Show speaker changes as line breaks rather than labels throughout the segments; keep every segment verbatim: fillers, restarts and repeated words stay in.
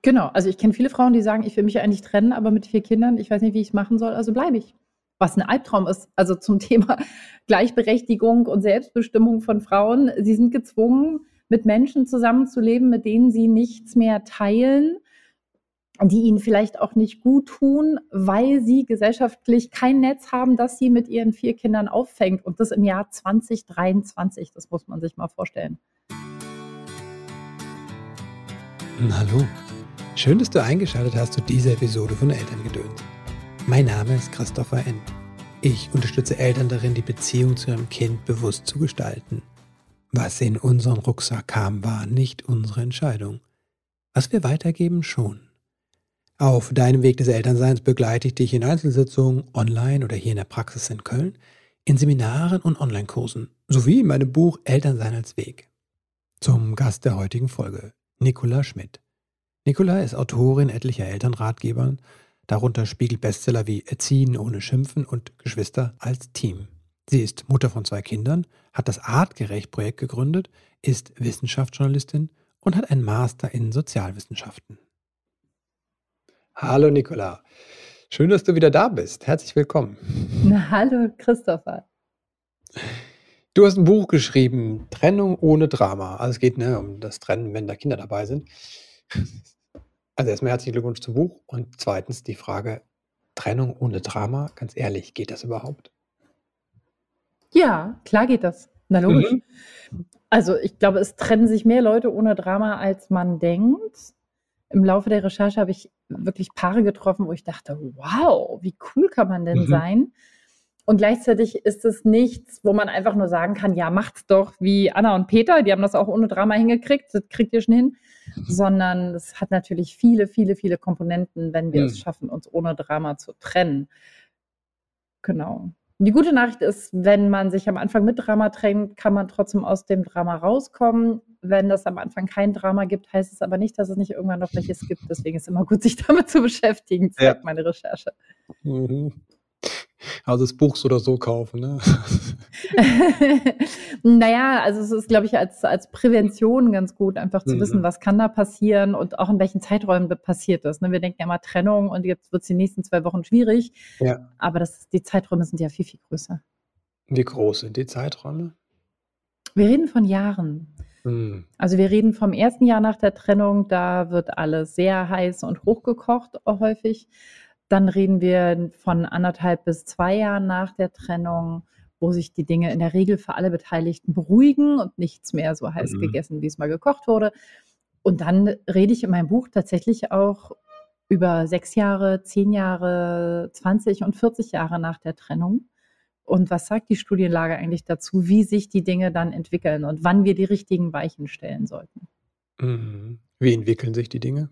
Genau, also ich kenne viele Frauen, die sagen: „Ich will mich eigentlich trennen, aber mit vier Kindern, ich weiß nicht, wie ich's machen soll, also bleibe ich.“ Was 'n Albtraum ist, also zum Thema Gleichberechtigung und Selbstbestimmung von Frauen. Sie sind gezwungen, mit Menschen zusammenzuleben, mit denen sie nichts mehr teilen, die ihnen vielleicht auch nicht guttun, weil sie gesellschaftlich kein Netz haben, das sie mit ihren vier Kindern auffängt und das im Jahr zwanzig dreiundzwanzig. Das muss man sich mal vorstellen.
Hallo, schön, dass du eingeschaltet hast zu dieser Episode von Elterngedöns. Mein Name ist Christopher N. Ich unterstütze Eltern darin, die Beziehung zu ihrem Kind bewusst zu gestalten. Was in unseren Rucksack kam, war nicht unsere Entscheidung. Was wir weitergeben, schon. Auf deinem Weg des Elternseins begleite ich dich in Einzelsitzungen, online oder hier in der Praxis in Köln, in Seminaren und Online-Kursen, sowie in meinem Buch Elternsein als Weg. Zum Gast der heutigen Folge, Nicola Schmidt. Nicola ist Autorin etlicher Elternratgebern, darunter Spiegel-Bestseller wie Erziehen ohne Schimpfen und Geschwister als Team. Sie ist Mutter von zwei Kindern, hat das Artgerecht-Projekt gegründet, ist Wissenschaftsjournalistin und hat einen Master in Sozialwissenschaften. Hallo Nicola, schön, dass du wieder da bist. Herzlich willkommen.
Na, hallo Christopher.
Du hast ein Buch geschrieben, Trennung ohne Drama. Also es geht ne, um das Trennen, wenn da Kinder dabei sind. Also erstmal herzlichen Glückwunsch zum Buch und zweitens die Frage, Trennung ohne Drama, ganz ehrlich, geht das überhaupt?
Ja, klar geht das. Na logisch.
Mhm.
Also ich glaube, es trennen sich mehr Leute ohne Drama, als man denkt. Im Laufe der Recherche habe ich wirklich Paare getroffen, wo ich dachte: „Wow, wie cool kann man denn
Mhm.
sein?“ Und gleichzeitig ist es nichts, wo man einfach nur sagen kann: „Ja, macht's doch wie Anna und Peter, die haben das auch ohne Drama hingekriegt, das kriegt ihr schon hin.“ Sondern es hat natürlich viele, viele, viele Komponenten, wenn wir es
Mhm.
schaffen, uns ohne Drama zu trennen. Genau. Die gute Nachricht ist, wenn man sich am Anfang mit Drama trennt, kann man trotzdem aus dem Drama rauskommen. Wenn es am Anfang kein Drama gibt, heißt es aber nicht, dass es nicht irgendwann noch welches gibt. Deswegen ist es immer gut, sich damit zu beschäftigen,
Ja.
zeigt meine Recherche.
Mhm. Also das Buch so oder so kaufen, ne?
Na ja, also es ist, glaube ich, als als Prävention ganz gut, einfach zu wissen,
Mhm.
was kann da passieren und auch in welchen Zeiträumen passiert das, ne? Wir denken ja immer Trennung und jetzt wird's die nächsten zwei Wochen schwierig,
Ja.
aber das die Zeiträume sind ja viel, viel größer.
Wie groß sind die Zeiträume?
Wir reden von Jahren.
Mhm.
Also wir reden vom ersten Jahr nach der Trennung, da wird alles sehr heiß und hochgekocht auch häufig. Dann reden wir von anderthalb bis zwei Jahren nach der Trennung, wo sich die Dinge in der Regel für alle Beteiligten beruhigen und nichts mehr so heiß
Mhm.
gegessen, wie es mal gekocht wurde. Und dann rede ich in meinem Buch tatsächlich auch über sechs Jahre, zehn Jahre, zwanzig und vierzig Jahre nach der Trennung. Und was sagt die Studienlage eigentlich dazu, wie sich die Dinge dann entwickeln und wann wir die richtigen Weichen stellen sollten?
Mhm. Wie entwickeln sich die Dinge?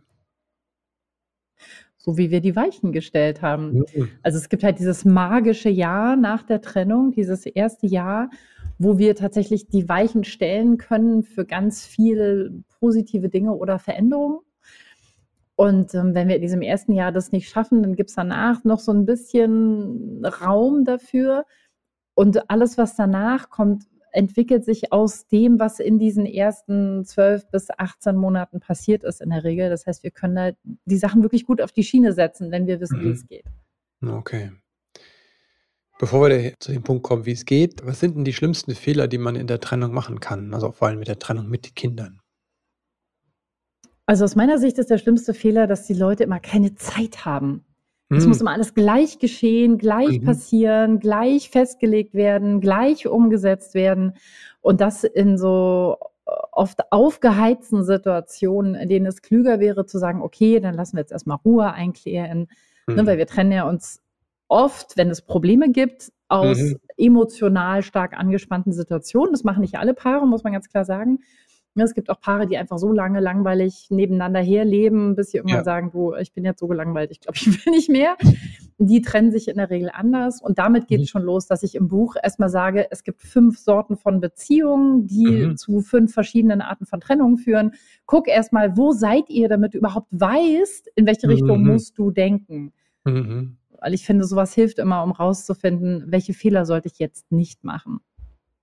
So wie wir die Weichen gestellt haben.
Mhm.
Also, es gibt halt dieses magische Jahr nach der Trennung, dieses erste Jahr, wo wir tatsächlich die Weichen stellen können für ganz viel positive Dinge oder Veränderungen. Und, ähm, wenn wir in diesem ersten Jahr das nicht schaffen, dann gibt's danach noch so 'n bisschen Raum dafür. Und alles, was danach kommt, entwickelt sich aus dem, was in diesen ersten zwölf bis achtzehn Monaten passiert ist in der Regel. Das heißt, wir können da die Sachen wirklich gut auf die Schiene setzen, wenn wir wissen, wie
Mhm.
es geht.
Okay. Bevor wir da zu dem Punkt kommen, wie es geht, was sind denn die schlimmsten Fehler, die man in der Trennung machen kann? Also vor allem mit der Trennung mit den Kindern?
Also, aus meiner Sicht ist der schlimmste Fehler, dass die Leute immer keine Zeit haben. Es muss
Mhm.
immer alles gleich geschehen, gleich
Mhm.
passieren, gleich festgelegt werden, gleich umgesetzt werden und das in so oft aufgeheizten Situationen, in denen es klüger wäre zu sagen: „Okay, dann lassen wir jetzt erst mal Ruhe einkehren“, ne, weil
Mhm.
wir trennen ja uns oft, wenn es Probleme gibt, aus
Mhm.
emotional stark angespannten Situationen. Das machen nicht alle Paare, muss man ganz klar sagen. Ne, es gibt auch Paare, die einfach so lange langweilig nebeneinander herleben, bis sie irgendwann
Ja.
sagen: „Du, ich bin jetzt so gelangweilt, ich glaube, ich will nicht mehr.“ Die trennen sich in der Regel anders und damit
Mhm.
geht's schon los, dass ich im Buch erst mal sage, es gibt fünf Sorten von Beziehungen, die
Mhm.
zu fünf verschiedenen Arten von Trennungen führen. Guck erst mal, wo seid ihr, damit du überhaupt weißt, in welche Richtung
Mhm.
musst du denken.
Mhm.
Weil ich finde, so was hilft immer, um rauszufinden, welche Fehler sollte ich jetzt nicht machen.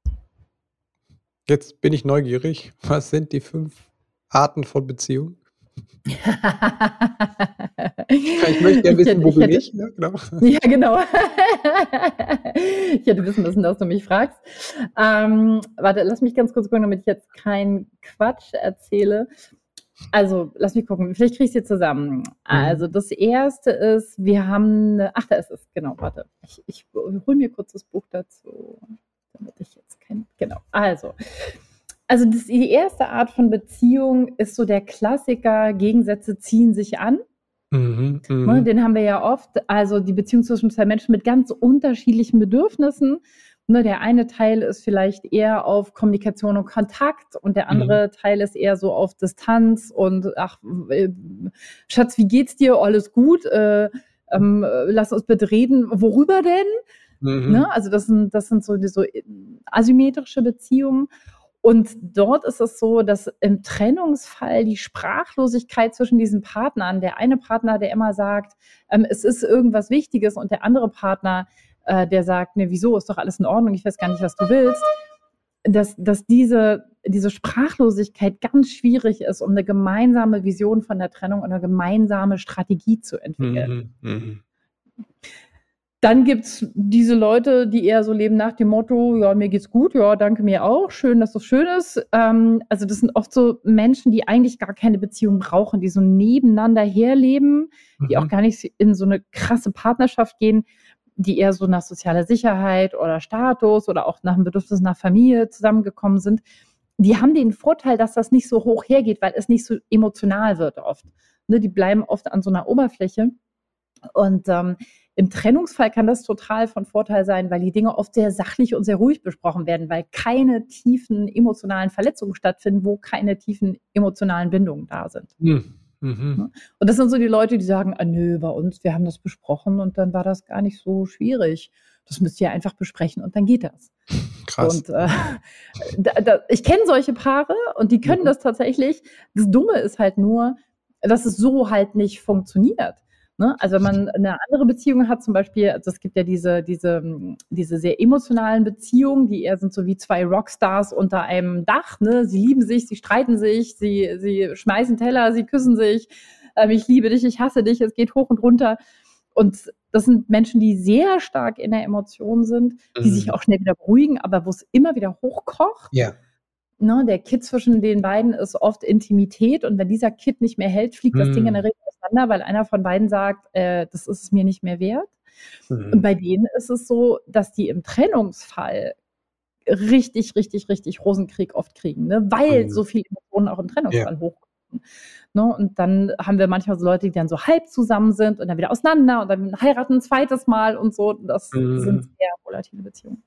Jetzt bin ich neugierig. Was sind die fünf Arten von Beziehung? Ich möchte gerne
Ich
wissen,
hätte,
wo
ich
bin
hätte,
ich? Ja, genau.
ja, genau. Ich hätte wissen müssen, dass du mich fragst. Ähm, warte, lass mich ganz kurz gucken, damit ich jetzt keinen Quatsch erzähle. Also, lass mich gucken. Vielleicht kriege ich sie zusammen.
Mhm.
Also, das erste ist, wir haben eine, ach, da ist es. Genau, warte. Ich, ich hole mir kurz das Buch dazu, damit ich jetzt kein, genau. Also, also das, die erste Art von Beziehung ist so der Klassiker, Gegensätze ziehen sich an.
Mhm.
Ne,
Mhm.
den haben wir ja oft, also die Beziehung zwischen zwei Menschen mit ganz unterschiedlichen Bedürfnissen. Ne, der eine Teil ist vielleicht eher auf Kommunikation und Kontakt und der
Mhm.
andere Teil ist eher so auf Distanz und ach, äh, Schatz, wie geht's dir? Alles gut? Äh, ähm, äh, lass uns bitte reden. Worüber denn? Ne?
Mhm.
Also das sind, das sind so, die, so asymmetrische Beziehungen. Und dort ist es so, dass im Trennungsfall die Sprachlosigkeit zwischen diesen Partnern, der eine Partner, der immer sagt, ähm, es ist irgendwas Wichtiges und der andere Partner, äh, der sagt, ne, wieso, ist doch alles in Ordnung, ich weiß gar nicht, was du willst, dass, dass diese, diese Sprachlosigkeit ganz schwierig ist, um eine gemeinsame Vision von der Trennung und eine gemeinsame Strategie zu entwickeln.
Mhm. Mhm.
Dann gibt's diese Leute, die eher so leben nach dem Motto, ja, mir geht's gut, ja, danke mir auch, schön, dass das schön ist. Ähm, also das sind oft so Menschen, die eigentlich gar keine Beziehung brauchen, die so nebeneinander herleben, die auch
Mhm.
gar nicht in so eine krasse Partnerschaft gehen, die eher so nach sozialer Sicherheit oder Status oder auch nach dem Bedürfnis nach Familie zusammengekommen sind. Die haben den Vorteil, dass das nicht so hoch hergeht, weil es nicht so emotional wird oft. Ne, die bleiben oft an so einer Oberfläche. Und ähm, im Trennungsfall kann das total von Vorteil sein, weil die Dinge oft sehr sachlich und sehr ruhig besprochen werden, weil keine tiefen emotionalen Verletzungen stattfinden, wo keine tiefen emotionalen Bindungen da sind.
Mhm. Mhm.
Ne? Und das sind so die Leute, die sagen, ah, nö, bei uns, wir haben das besprochen und dann war das gar nicht so schwierig. Das müsst ihr einfach besprechen und dann geht das.
Krass.
Und äh, da, da, ich kenne solche Paare und die können
Mhm.
das tatsächlich. Das Dumme ist halt nur, dass es so halt nicht funktioniert. Ne? Also wenn man eine andere Beziehung hat, zum Beispiel, also es gibt ja diese, diese, diese sehr emotionalen Beziehungen, die eher sind so wie zwei Rockstars unter einem Dach. Ne? Sie lieben sich, sie streiten sich, sie, sie schmeißen Teller, sie küssen sich. Ähm, ich liebe dich, ich hasse dich, es geht hoch und runter. Und das sind Menschen, die sehr stark in der Emotion sind, die sich
Mhm.
auch schnell wieder beruhigen, aber wo es immer wieder hochkocht.
Ja.
Ne, der Kitt zwischen den beiden ist oft Intimität und wenn dieser Kitt nicht mehr hält, fliegt das Ding in der
Mhm.
Regel auseinander, weil einer von beiden sagt, äh, das ist es mir nicht mehr wert. Und
Mhm.
bei denen ist es so, dass die im Trennungsfall richtig, richtig, richtig Rosenkrieg oft kriegen, ne? Weil
Mhm.
so viele Emotionen auch im
Ja.
Trennungsfall hochkommen. Ne? Und dann haben wir manchmal so Leute, die dann so halb zusammen sind und dann wieder auseinander und dann heiraten ein zweites Mal und so. Das sind
Mhm.
sehr volatile Beziehungen.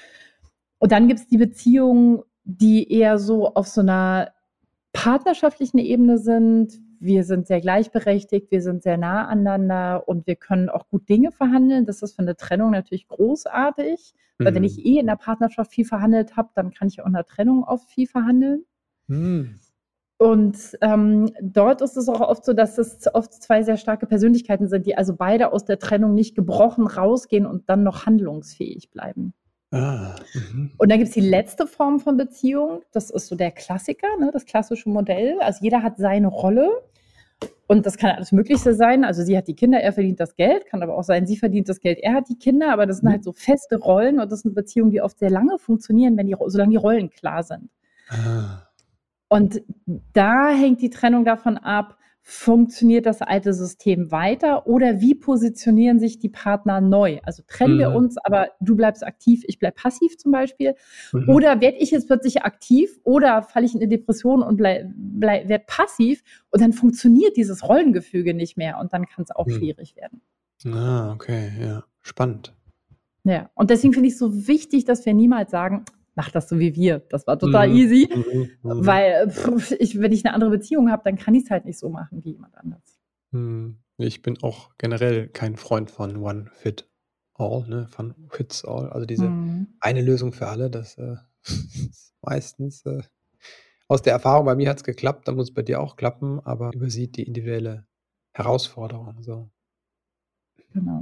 Und dann gibt es die Beziehungen, die eher so auf so einer partnerschaftlichen Ebene sind. Wir sind sehr gleichberechtigt, wir sind sehr nah aneinander und wir können auch gut Dinge verhandeln. Das ist für eine Trennung natürlich großartig, weil wenn ich
Mhm.
eh in der Partnerschaft viel verhandelt habe, dann kann ich auch in der Trennung oft viel verhandeln.
Mhm.
Und ähm, dort ist es auch oft so, dass es oft zwei sehr starke Persönlichkeiten sind, die also beide aus der Trennung nicht gebrochen rausgehen und dann noch handlungsfähig bleiben.
Ah. Mhm.
Und dann gibt es die letzte Form von Beziehung. Das ist so der Klassiker, ne, das klassische Modell. Also jeder hat seine Rolle und das kann alles Mögliche sein. Also sie hat die Kinder, er verdient das Geld. Kann aber auch sein, sie verdient das Geld, er hat die Kinder. Aber das sind halt
Mhm.
so feste Rollen und das sind Beziehungen, die oft sehr lange funktionieren, wenn die, solange die Rollen klar sind.
Ah.
Und da hängt die Trennung davon ab, funktioniert das alte System weiter oder wie positionieren sich die Partner neu? Also trennen wir
Mhm.
uns, aber du bleibst aktiv, ich bleib passiv zum Beispiel.
Mhm.
Oder werde ich jetzt plötzlich aktiv oder falle ich in eine Depression und bleib, bleib, werde passiv und dann funktioniert dieses Rollengefüge nicht mehr und dann kann es auch
Mhm.
schwierig werden.
Ah, okay, ja. Spannend.
Ja, und deswegen finde ich es so wichtig, dass wir niemals sagen, mach das so wie wir. Das war total
Mhm.
easy.
Mhm. Mhm.
Weil pff, ich, wenn ich eine andere Beziehung habe, dann kann ich es halt nicht so machen wie jemand anders.
Mhm. Ich bin auch generell kein Freund von One Fit All, ne? Von Fits All. Also diese
Mhm.
eine Lösung für alle, das äh, ist meistens äh, aus der Erfahrung, bei mir hat es geklappt, dann muss es bei dir auch klappen, aber übersieht die individuelle Herausforderung. So.
Genau.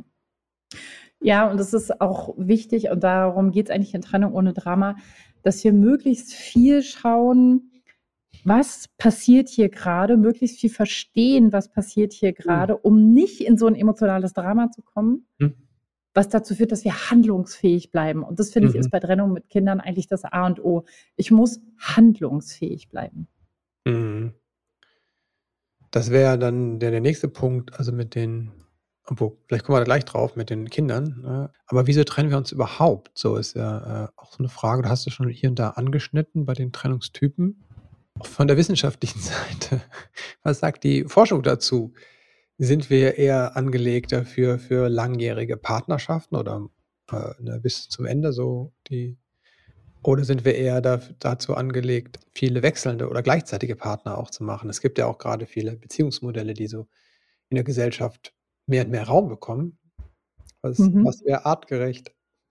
Ja, und es ist auch wichtig, und darum geht es eigentlich in Trennung ohne Drama, dass wir möglichst viel schauen, was passiert hier gerade, möglichst viel verstehen, was passiert hier gerade,
Mhm.
um nicht in so ein emotionales Drama zu kommen,
Mhm.
was dazu führt, dass wir handlungsfähig bleiben. Und das, finde ich, ist
Mhm.
bei Trennung mit Kindern eigentlich das A und O. Ich muss handlungsfähig bleiben.
Mhm. Das wäre dann der der nächste Punkt, also mit den obwohl, vielleicht kommen wir da gleich drauf mit den Kindern, ne? Aber wieso trennen wir uns überhaupt? So ist ja, äh, auch so 'ne Frage, da hast du schon hier und da angeschnitten bei den Trennungstypen. Auch von der wissenschaftlichen Seite. Was sagt die Forschung dazu? Sind wir eher angelegt dafür für langjährige Partnerschaften oder, äh, ne, bis zum Ende so die oder sind wir eher daf dazu angelegt, viele wechselnde oder gleichzeitige Partner auch zu machen? Es gibt ja auch grade viele Beziehungsmodelle, die so in der Gesellschaft mehr und mehr Raum bekommen. Was
Mhm.
was wäre artgerecht?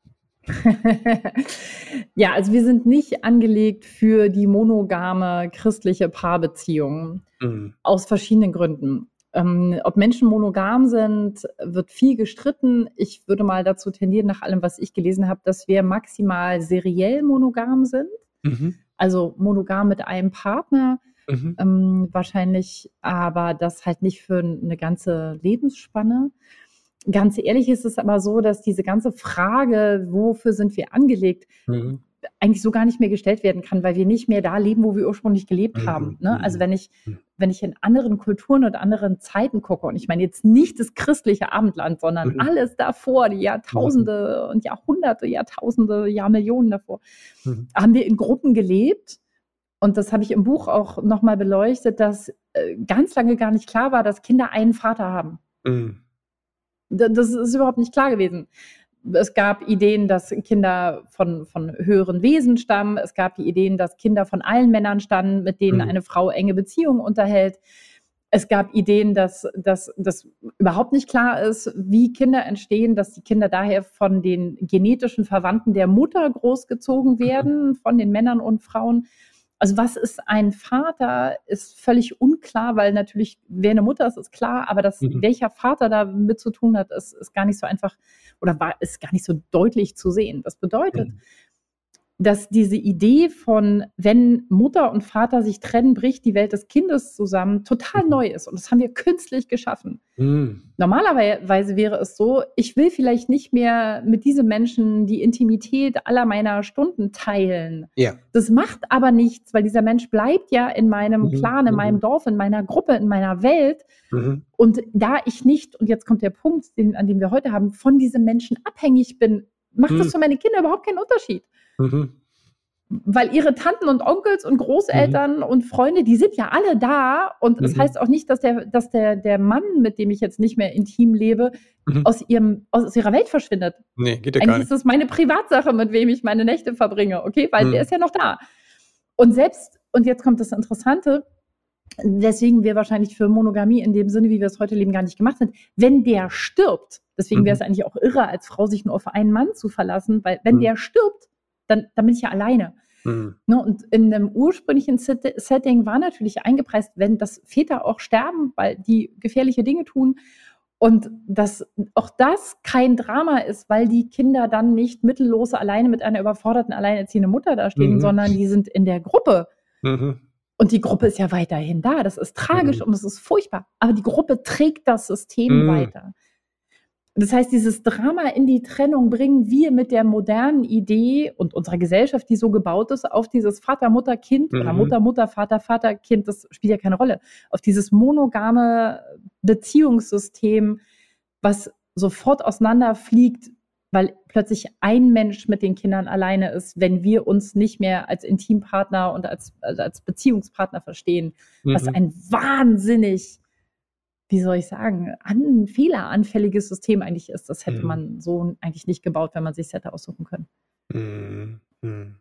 Ja, also wir sind nicht angelegt für die monogame christliche Paarbeziehung
Mhm.
aus verschiedenen Gründen. Ähm, ob Menschen monogam sind, wird viel gestritten. Ich würde mal dazu tendieren, nach allem, was ich gelesen habe, dass wir maximal seriell monogam sind,
Mhm.
also monogam mit einem Partner,
Mhm.
ähm, wahrscheinlich, aber das halt nicht für 'ne ganze Lebensspanne. Ganz ehrlich ist es aber so, dass diese ganze Frage, wofür sind wir angelegt,
Mhm.
eigentlich so gar nicht mehr gestellt werden kann, weil wir nicht mehr da leben, wo wir ursprünglich gelebt haben,
Mhm.
ne? Also,
Mhm.
wenn ich
Hm.
wenn ich in anderen Kulturen und anderen Zeiten gucke, und ich meine jetzt nicht das christliche Abendland, sondern
Mhm.
alles davor, die
Mhm.
Jahrtausende und Jahrhunderte, Jahrtausende, Jahrmillionen davor,
Mhm.
haben wir in Gruppen gelebt. Und das habe ich im Buch auch noch mal beleuchtet, dass, äh, ganz lange gar nicht klar war, dass Kinder einen Vater haben.
Mhm.
D das ist überhaupt nicht klar gewesen. Es gab Ideen, dass Kinder von von höheren Wesen stammen. Es gab die Ideen, dass Kinder von allen Männern stammen, mit denen
Mhm.
eine Frau enge Beziehungen unterhält. Es gab Ideen, dass dass das überhaupt nicht klar ist, wie Kinder entstehen, dass die Kinder daher von den genetischen Verwandten der Mutter großgezogen
Mhm.
werden, von den Männern und Frauen. Also, was ist ein Vater, ist völlig unklar, weil natürlich, wer 'ne Mutter ist, ist klar, aber dass
Mhm.
welcher Vater damit zu tun hat, ist ist gar nicht so einfach oder war ist gar nicht so deutlich zu sehen. Das bedeutet,
Mhm.
dass diese Idee von, wenn Mutter und Vater sich trennen, bricht die Welt des Kindes zusammen, total
Mhm.
neu ist und das haben wir künstlich geschaffen.
Mhm.
Normalerwei weise wäre es so, ich will vielleicht nicht mehr mit diesem Menschen die Intimität aller meiner Stunden teilen.
Ja.
Das macht aber nichts, weil dieser Mensch bleibt ja in meinem
Mhm.
Clan, in meinem
Mhm.
Dorf, in meiner Gruppe, in meiner Welt.
Mhm.
Und da ich nicht und jetzt kommt der Punkt, den an dem wir heute haben, von diesem Menschen abhängig bin, macht das
Mhm.
für meine Kinder überhaupt keinen Unterschied.
Mhm.
Weil ihre Tanten und Onkels und
Mhm.
Großeltern und Freunde, die sind ja alle da und es
Mhm.
heißt auch nicht, dass der dass der der Mann, mit dem ich jetzt nicht mehr intim lebe,
Mhm.
aus ihrem aus ihrer Welt verschwindet.
Ne, geht ja gar
Eigentlich ist
nicht.
das meine Privatsache, mit wem ich meine Nächte verbringe, okay? Weil der
Mhm.
ist ja noch da. Und selbst und jetzt kommt das Interessante, weswegen wir wahrscheinlich für Monogamie in dem Sinne, wie wir es heute leben, gar nicht gemacht sind. Wenn der stirbt, deswegen wäre
Mhm.
es eigentlich auch irre, als Frau sich nur auf einen Mann zu verlassen, weil wenn
Mhm.
der stirbt, dann dann bin ich ja alleine.
Mhm.
Ne, und in 'nem ursprünglichen Set Setting war natürlich eingepreist, wenn dass Väter auch sterben, weil die gefährliche Dinge tun und dass auch das kein Drama ist, weil die Kinder dann nicht mittellos alleine mit einer überforderten, alleinerziehenden Mutter dastehen,
Mhm.
sondern die sind in der Gruppe.
Mhm.
Und die Gruppe ist ja weiterhin da. Das ist tragisch
Mhm.
und das ist furchtbar, aber die Gruppe trägt das System
Mhm.
weiter. Das heißt, dieses Drama in die Trennung bringen wir mit der modernen Idee und unserer Gesellschaft, die so gebaut ist, auf dieses Vater, Mutter, Kind oder
Mhm.
Mutter, Mutter, Vater, Vater, Kind, das spielt ja keine Rolle, auf dieses monogame Beziehungssystem, was sofort auseinanderfliegt, weil plötzlich ein Mensch mit den Kindern alleine ist, wenn wir uns nicht mehr als Intimpartner und als also, als Beziehungspartner verstehen, was
Mhm.
ein wahnsinnig, wie soll ich sagen, an fehleranfälliges System eigentlich ist. Das hätte
Mhm.
man so eigentlich nicht gebaut, wenn man sich's hätte aussuchen können.
Mhm. Mhm.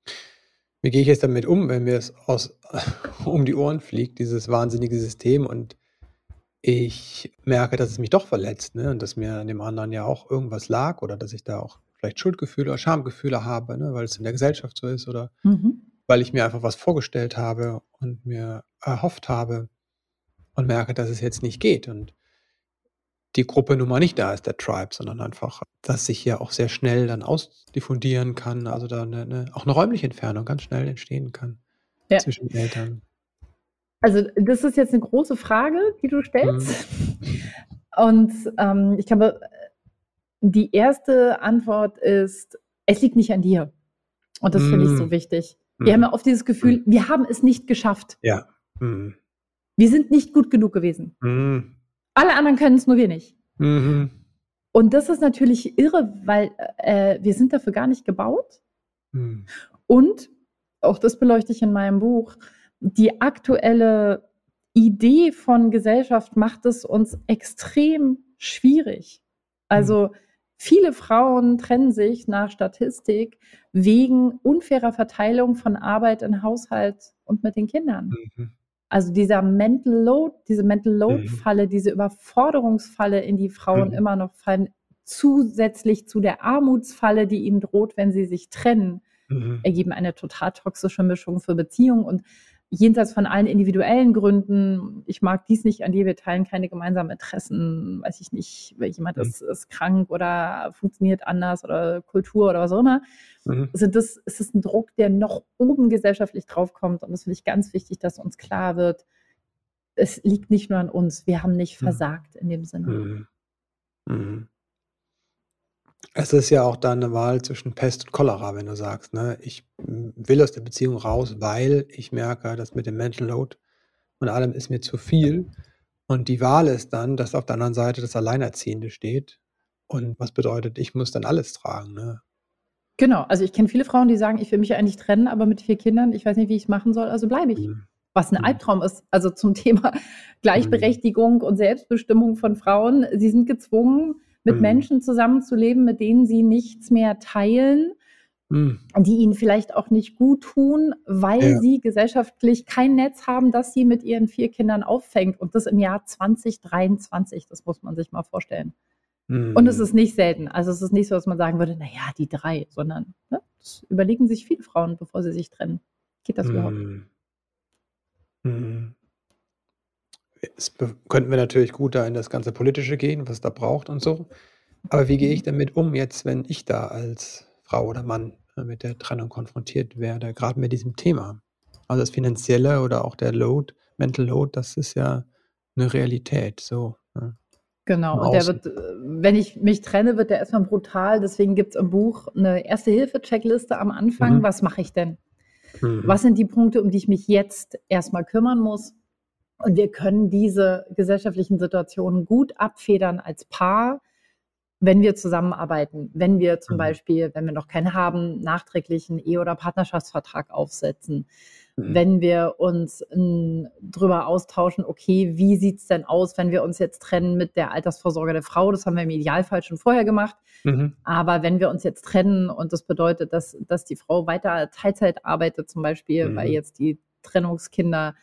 Wie gehe ich jetzt damit um, wenn mir's aus um die Ohren fliegt, dieses wahnsinnige System und ich merke, dass es mich doch verletzt, ne, und dass mir an dem anderen ja auch irgendwas lag oder dass ich da auch vielleicht Schuldgefühle oder Schamgefühle habe, ne, weil's in der Gesellschaft so ist oder
Mhm.
weil ich mir einfach was vorgestellt habe und mir erhofft habe und merke, dass es jetzt nicht geht und die Gruppe nun mal nicht da ist, der Tribe, sondern einfach, dass sich hier auch sehr schnell dann ausdiffundieren kann, also da 'ne 'ne auch 'ne räumliche Entfernung ganz schnell entstehen kann
Ja.
zwischen Eltern.
Also das ist jetzt eine große Frage, die du stellst. Mhm. Und ähm, ich glaube, die erste Antwort ist, es liegt nicht an dir. Und das mhm. finde ich so wichtig. Mhm. Wir haben ja oft dieses Gefühl, mhm. wir haben es nicht geschafft.
Ja. Mhm.
Wir sind nicht gut genug gewesen.
Mhm.
Alle anderen können es, nur wir nicht.
Mhm.
Und das ist natürlich irre, weil äh, wir sind dafür gar nicht gebaut. Mhm. Und, auch das beleuchte ich in meinem Buch, die aktuelle Idee von Gesellschaft macht es uns extrem schwierig. Also mhm. viele Frauen trennen sich nach Statistik wegen unfairer Verteilung von Arbeit in Haushalt und mit den Kindern. Mhm. Also dieser Mental Load, diese Mental Load-Falle, mhm. diese Überforderungsfalle, in die Frauen mhm. immer noch fallen, zusätzlich zu der Armutsfalle, die ihnen droht, wenn sie sich trennen, mhm. ergeben eine total toxische Mischung für Beziehungen. Und jenseits von allen individuellen Gründen, ich mag dies nicht an dir, wir teilen keine gemeinsamen Interessen, weiß ich nicht, jemand mhm. ist, ist krank oder funktioniert anders oder Kultur oder was auch immer. Mhm. Also das, es ist ein Druck, der noch oben gesellschaftlich draufkommt. Und das finde ich ganz wichtig, dass uns klar wird, es liegt nicht nur an uns, wir haben nicht versagt mhm. in dem Sinne.
Mhm. Mhm. Es ist ja auch da eine Wahl zwischen Pest und Cholera, wenn du sagst, ne? Ich will aus der Beziehung raus, weil ich merke, das mit dem Mental Load und allem ist mir zu viel. Und die Wahl ist dann, dass auf der anderen Seite das Alleinerziehende steht. Und was bedeutet, ich muss dann alles tragen, ne?
Genau, also ich kenne viele Frauen, die sagen, ich will mich eigentlich trennen, aber mit vier Kindern, ich weiß nicht, wie ich es machen soll, also bleibe ich. Mhm. Was ein Albtraum ist, also zum Thema Gleichberechtigung mhm. und Selbstbestimmung von Frauen. Sie sind gezwungen, mit mhm. Menschen zusammenzuleben, mit denen sie nichts mehr teilen, mhm. die ihnen vielleicht auch nicht gut tun, weil ja. sie gesellschaftlich kein Netz haben, das sie mit ihren vier Kindern auffängt. Und das im Jahr zwanzig dreiundzwanzig, das muss man sich mal vorstellen. Mhm. Und es ist nicht selten. Also es ist nicht so, dass man sagen würde, naja, die drei, sondern ne, das überlegen sich viele Frauen, bevor sie sich trennen. Geht das mhm. überhaupt?
Mhm. Jetzt könnten wir natürlich gut da in das ganze Politische gehen, was es da braucht und so. Aber wie gehe ich damit um jetzt, wenn ich da als Frau oder Mann mit der Trennung konfrontiert werde, gerade mit diesem Thema? Also das Finanzielle oder auch der Load, Mental Load, das ist ja eine Realität. So, ne?
Genau, und der wird, wenn ich mich trenne, wird der erstmal brutal. Deswegen gibt es im Buch eine Erste-Hilfe-Checkliste am Anfang. Mhm. Was mache ich denn? Mhm. Was sind die Punkte, um die ich mich jetzt erstmal kümmern muss? Und wir können diese gesellschaftlichen Situationen gut abfedern als Paar, wenn wir zusammenarbeiten. Wenn wir zum mhm. Beispiel, wenn wir noch keinen haben, nachträglich einen Ehe- oder Partnerschaftsvertrag aufsetzen. Mhm. Wenn wir uns m, drüber austauschen, okay, wie sieht es denn aus, wenn wir uns jetzt trennen mit der Altersvorsorge der Frau? Das haben wir im Idealfall schon vorher gemacht. Mhm. Aber wenn wir uns jetzt trennen und das bedeutet, dass, dass die Frau weiter Teilzeit arbeitet zum Beispiel, mhm. weil jetzt die Trennungskinder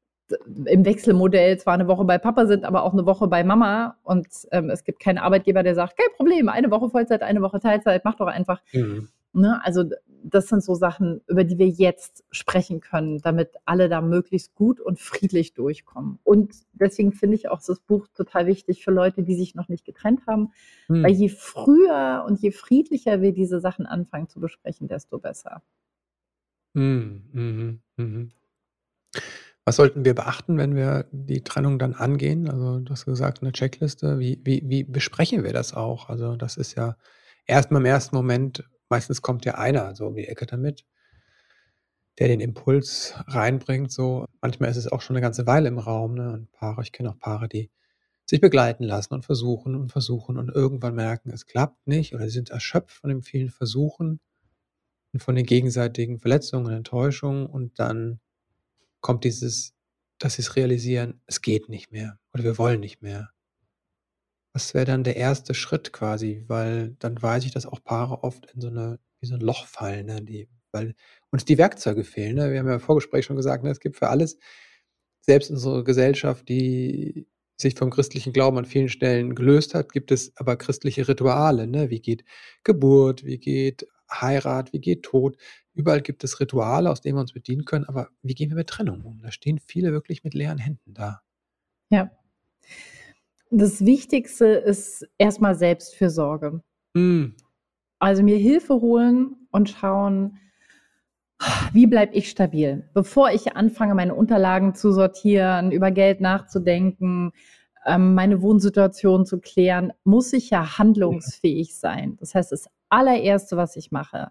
im Wechselmodell zwar eine Woche bei Papa sind, aber auch eine Woche bei Mama und ähm, es gibt keinen Arbeitgeber, der sagt, kein Problem, eine Woche Vollzeit, eine Woche Teilzeit, mach doch einfach. Mhm. Ne? Also das sind so Sachen, über die wir jetzt sprechen können, damit alle da möglichst gut und friedlich durchkommen. Und deswegen finde ich auch das Buch total wichtig für Leute, die sich noch nicht getrennt haben, mhm. weil je früher und je friedlicher wir diese Sachen anfangen zu besprechen, desto besser.
Mhm. Mhm. Mhm. Was sollten wir beachten, wenn wir die Trennung dann angehen? Also, du hast gesagt, eine Checkliste. Wie wie wie besprechen wir das auch? Also, das ist ja erst mal im ersten Moment meistens kommt ja einer so um die Ecke damit, der den Impuls reinbringt so. Manchmal ist es auch schon eine ganze Weile im Raum, ne? Und Paare ich kenne auch Paare, die sich begleiten lassen und versuchen und versuchen und irgendwann merken, es klappt nicht oder sie sind erschöpft von den vielen Versuchen und von den gegenseitigen Verletzungen und Enttäuschungen und dann kommt dieses, dass sie's realisieren, es geht nicht mehr oder wir wollen nicht mehr. Was wäre dann der erste Schritt quasi? Weil dann weiß ich, dass auch Paare oft in so 'ne wie so 'n Loch fallen, ne, die weil uns die Werkzeuge fehlen, ne? Wir haben ja im Vorgespräch schon gesagt, ne, es gibt für alles selbst unsere Gesellschaft, die sich vom christlichen Glauben an vielen Stellen gelöst hat, gibt es aber christliche Rituale, ne? Wie geht Geburt, wie geht Heirat, wie geht Tod? Überall gibt es Rituale, aus denen wir uns bedienen können, aber wie gehen wir mit Trennung um? Da stehen viele wirklich mit leeren Händen da.
Ja. Das Wichtigste ist erstmal Selbstfürsorge.
Mhm.
Also mir Hilfe holen und schauen, Wie bleibe ich stabil? Bevor ich anfange, meine Unterlagen zu sortieren, über Geld nachzudenken, ähm, meine Wohnsituation zu klären, muss ich ja handlungsfähig sein. Das heißt, das allererste, was ich mache,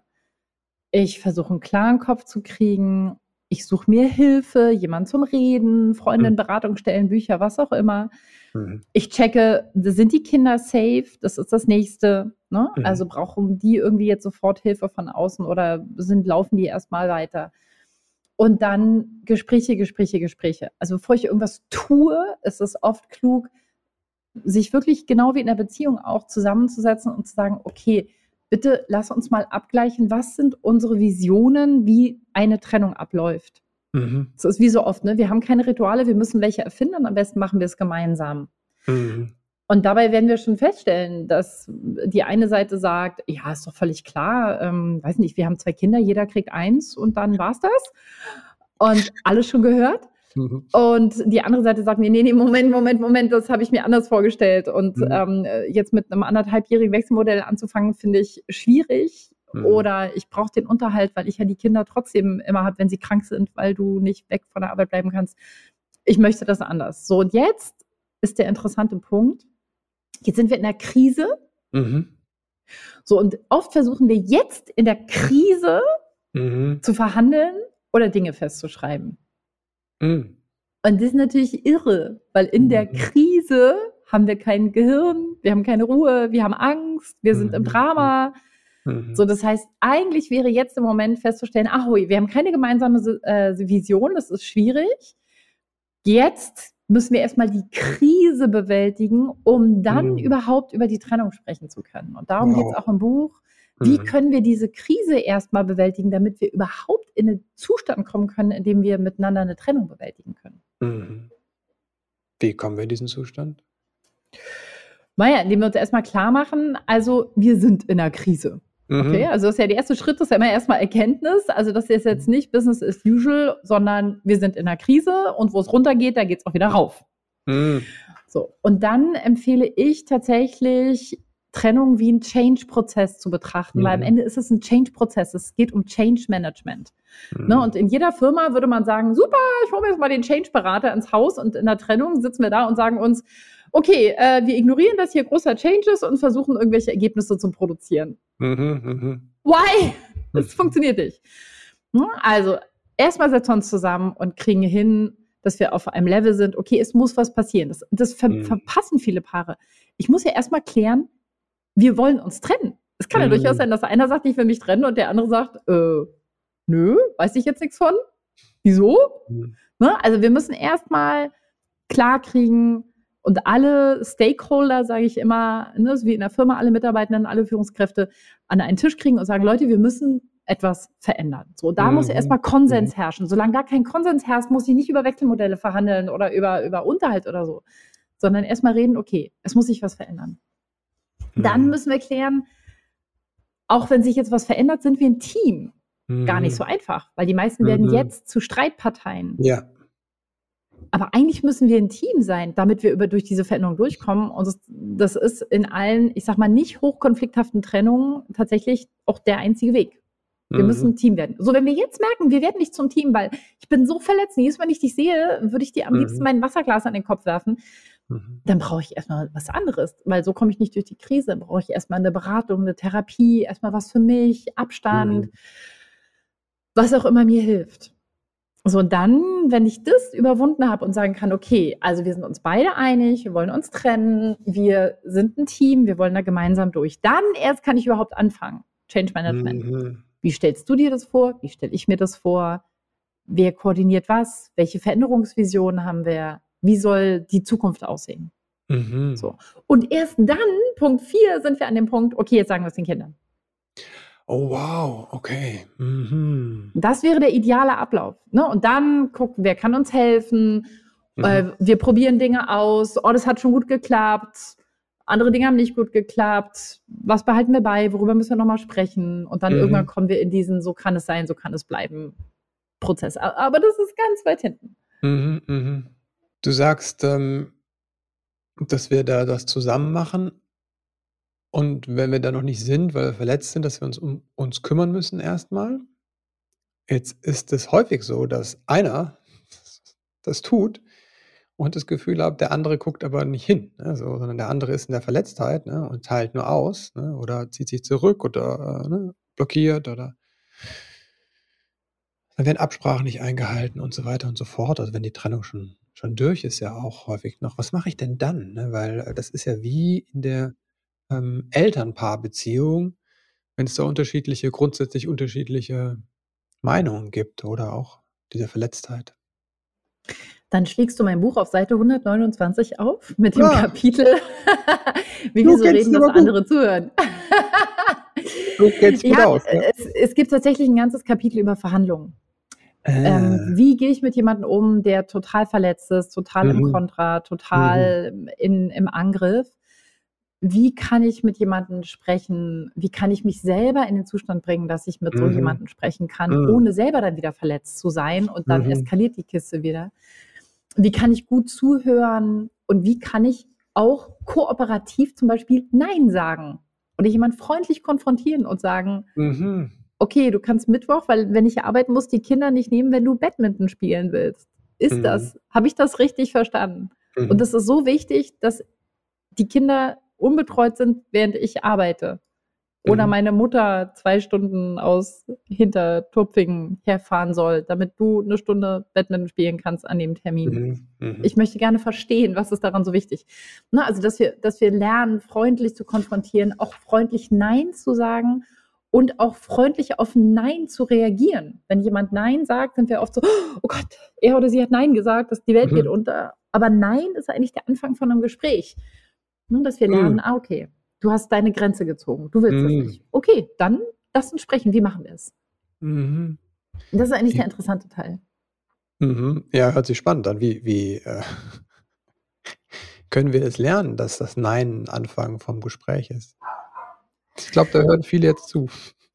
ich versuche einen klaren Kopf zu kriegen. Ich suche mir Hilfe, jemand zum Reden, Freundin, Beratungsstellen, Bücher, was auch immer.
Mhm.
Ich checke, sind die Kinder safe? Das ist das Nächste. Ne?
Mhm.
Also brauchen die irgendwie jetzt sofort Hilfe von außen oder sind, laufen die erstmal weiter? Und dann Gespräche, Gespräche, Gespräche. Also bevor ich irgendwas tue, ist es oft klug, sich wirklich genau wie in der Beziehung auch zusammenzusetzen und zu sagen, okay, bitte lass uns mal abgleichen, was sind unsere Visionen, wie eine Trennung abläuft.
Mhm.
Das ist wie so oft, ne? Wir haben keine Rituale, wir müssen welche erfinden und am besten machen wir es gemeinsam.
Mhm.
Und dabei werden wir schon feststellen, dass die eine Seite sagt, ja, ist doch völlig klar, ähm, weiß nicht, wir haben zwei Kinder, jeder kriegt eins und dann war's das. Und alles schon gehört.
Mhm.
Und die andere Seite sagt mir, nee, nee, Moment, Moment, Moment, das habe ich mir anders vorgestellt. Und
Mhm.
ähm, jetzt mit einem anderthalbjährigen Wechselmodell anzufangen, finde ich schwierig.
Mhm.
Oder ich brauche den Unterhalt, weil ich ja die Kinder trotzdem immer habe, wenn sie krank sind, weil du nicht weg von der Arbeit bleiben kannst. Ich möchte das anders. So, und jetzt ist der interessante Punkt. Jetzt sind wir in der Krise.
Mhm.
So, und oft versuchen wir jetzt in der Krise
Mhm.
zu verhandeln oder Dinge festzuschreiben.
Mhm.
Und das ist natürlich irre, weil in der
Mhm.
Krise haben wir kein Gehirn, wir haben keine Ruhe, wir haben Angst, wir sind im
Mhm.
Drama.
Mhm.
So, das heißt, eigentlich wäre jetzt im Moment festzustellen, ahoi, wir haben keine gemeinsame äh, Vision, das ist schwierig. Jetzt müssen wir erstmal die Krise bewältigen, um dann
Mhm.
überhaupt über die Trennung sprechen zu können. Und darum
Wow.
geht es auch im Buch. Wie
Mhm.
können wir diese Krise erstmal bewältigen, damit wir überhaupt in einen Zustand kommen können, in dem wir miteinander eine Trennung bewältigen können?
Mhm. Wie kommen wir in diesen Zustand?
Naja, indem wir uns erstmal klar machen, also wir sind in einer Krise. Okay,
Mhm.
also das ist ja der erste Schritt, das ist ja immer erstmal Erkenntnis. Also das ist jetzt nicht Business as usual, sondern wir sind in einer Krise und wo es runtergeht, da geht es auch wieder rauf.
Mhm.
So, und dann empfehle ich tatsächlich, Trennung wie einen Change-Prozess zu betrachten, weil am
Mhm.
Ende ist es ein Change-Prozess. Es geht um Change-Management. Ne?
Mhm.
Und in jeder Firma würde man sagen, super, ich hole mir jetzt mal den Change-Berater ins Haus und in der Trennung sitzen wir da und sagen uns, okay, äh, wir ignorieren, dass hier großer Change ist und versuchen, irgendwelche Ergebnisse zu produzieren.
Mhm. Mhm.
Why? Das
Mhm.
funktioniert nicht. Ne? Also erstmal setzen wir uns zusammen und kriegen hin, dass wir auf einem Level sind, okay, es muss was passieren. Das, das ver
Mhm.
verpassen viele Paare. Ich muss ja erstmal klären, wir wollen uns trennen. Es kann ja durchaus
Mhm.
sein, dass einer sagt, ich will mich trennen und der andere sagt, äh, nö, weiß ich jetzt nichts von. Wieso?
Mhm.
Ne? Also wir müssen erstmal klar kriegen und alle Stakeholder, sage ich immer, ne, so wie in der Firma, alle Mitarbeitenden, alle Führungskräfte an einen Tisch kriegen und sagen, Leute, wir müssen etwas verändern. So, da muss
Mhm.
erstmal
Mhm.
Konsens herrschen. Solange da kein Konsens herrscht, muss ich nicht über Wechselmodelle verhandeln oder über, über Unterhalt oder so, sondern erstmal reden, okay, es muss sich was verändern. Dann
Mhm.
müssen wir klären, auch wenn sich jetzt was verändert, sind wir ein Team. Gar nicht so
Mhm.
einfach, weil die meisten werden
Mhm.
jetzt zu Streitparteien.
Ja.
Aber eigentlich müssen wir ein Team sein, damit wir über, durch diese Veränderung durchkommen. Und das, das ist in allen, ich sag mal, nicht hochkonflikthaften Trennungen tatsächlich auch der einzige Weg. Wir müssen
Mhm.
ein Team werden. So, wenn wir jetzt merken, wir werden nicht zum Team, weil ich bin so verletzt, jedes Mal, wenn ich dich sehe, würde ich dir am liebsten
Mhm.
mein Wasserglas an den Kopf werfen.
Mhm.
Dann brauche ich erstmal was anderes, weil so komme ich nicht durch die Krise. Dann brauche ich erstmal eine Beratung, eine Therapie, erstmal was für mich, Abstand,
Mhm.
was auch immer mir hilft. So, und dann, wenn ich das überwunden habe und sagen kann, okay, also wir sind uns beide einig, wir wollen uns trennen, wir sind ein Team, wir wollen da gemeinsam durch, dann erst kann ich überhaupt anfangen. Change Management.
Mhm.
Wie stellst du dir das vor? Wie stelle ich mir das vor? Wer koordiniert was? Welche Veränderungsvisionen haben wir? Wie soll die Zukunft aussehen?
Mhm.
So. Und erst dann, Punkt vier, sind wir an dem Punkt, okay, jetzt sagen wir es den Kindern.
Oh, wow, okay. Mhm.
Das wäre der ideale Ablauf. Ne? Und dann gucken, wer kann uns helfen.
Mhm.
Äh, wir probieren Dinge aus. Oh, das hat schon gut geklappt. Andere Dinge haben nicht gut geklappt. Was behalten wir bei? Worüber müssen wir nochmal sprechen? Und dann
Mhm.
irgendwann kommen wir in diesen, so kann es sein, so kann es bleiben, Prozess. Aber das ist ganz weit hinten.
Mhm. Mhm. Du sagst, ähm, dass wir da das zusammen machen. Und wenn wir da noch nicht sind, weil wir verletzt sind, dass wir uns um uns kümmern müssen erstmal. Jetzt ist es häufig so, dass einer das tut und das Gefühl hat, der andere guckt aber nicht hin, ne, so, sondern der andere ist in der Verletztheit, ne, und teilt nur aus, ne, oder zieht sich zurück oder, äh, ne, blockiert oder dann werden Absprachen nicht eingehalten und so weiter und so fort. Also, wenn die Trennung schon schon durch ist, ja auch häufig noch. Was mache ich denn dann, ne? Weil, äh, das ist ja wie in der, ähm, Elternpaarbeziehung, wenn es da unterschiedliche grundsätzlich unterschiedliche Meinungen gibt oder auch diese Verletztheit.
Dann schlägst du mein Buch auf Seite hundertneunundzwanzig auf mit dem
Ah,
Kapitel „Wie wir
du
so
kennst
reden,
ihn
dass
aber gut.
andere zuhören."
Du kennst gut
Ja,
aus, ja.
es es gibt tatsächlich 'n ganzes Kapitel über Verhandlungen. Ähm,
Ah.
wie gehe ich mit jemandem um, der total verletzt ist, total im
Mhm.
Kontra,
Mhm.
total in im Angriff? Wie kann ich mit jemandem sprechen? Wie kann ich mich selber in den Zustand bringen, dass ich mit so
Mhm.
jemandem sprechen kann,
Mhm.
ohne selber dann wieder verletzt zu sein und dann
Mhm.
eskaliert die Kiste wieder? Wie kann ich gut zuhören und wie kann ich auch kooperativ zum Beispiel „Nein" sagen oder jemand freundlich konfrontieren und sagen:
Mhm.
„Okay, du kannst Mittwoch, weil wenn ich arbeiten muss, die Kinder nicht nehmen, wenn du Badminton spielen willst." Ist
Mhm.
das habe ich das richtig verstanden? Und
Mhm.
es ist so wichtig, dass die Kinder unbetreut sind, während ich arbeite. Oder
Mhm.
meine Mutter zwei Stunden aus Hintertupfingen herfahren soll, damit du 'ne Stunde Badminton spielen kannst an dem Termin.
Mhm. Mhm.
Ich möchte gerne verstehen, was ist daran so wichtig? Ne, also, dass wir dass wir lernen, freundlich zu konfrontieren, auch freundlich „Nein" zu sagen und auch freundlich auf „Nein" zu reagieren. Wenn jemand „Nein" sagt, sind wir oft so: „Oh Gott, er oder sie hat „Nein" gesagt, das die Welt geht
Mhm.
unter. Aber „Nein" ist eigentlich der Anfang von 'nem Gespräch. Ne, dass wir lernen:
Mhm.
„Ah, okay, du hast deine Grenze gezogen. Du willst das
Mhm.
nicht. Okay, dann lass uns sprechen. Wie machen wir es?"
Mhm.
Das ist eigentlich
J
der interessante Teil.
Mhm. Ja, hört sich spannend an. Wie wie, äh, können wir es lernen, dass das Nein 'n Anfang vom Gespräch ist? Ich glaube, da hören viele jetzt zu.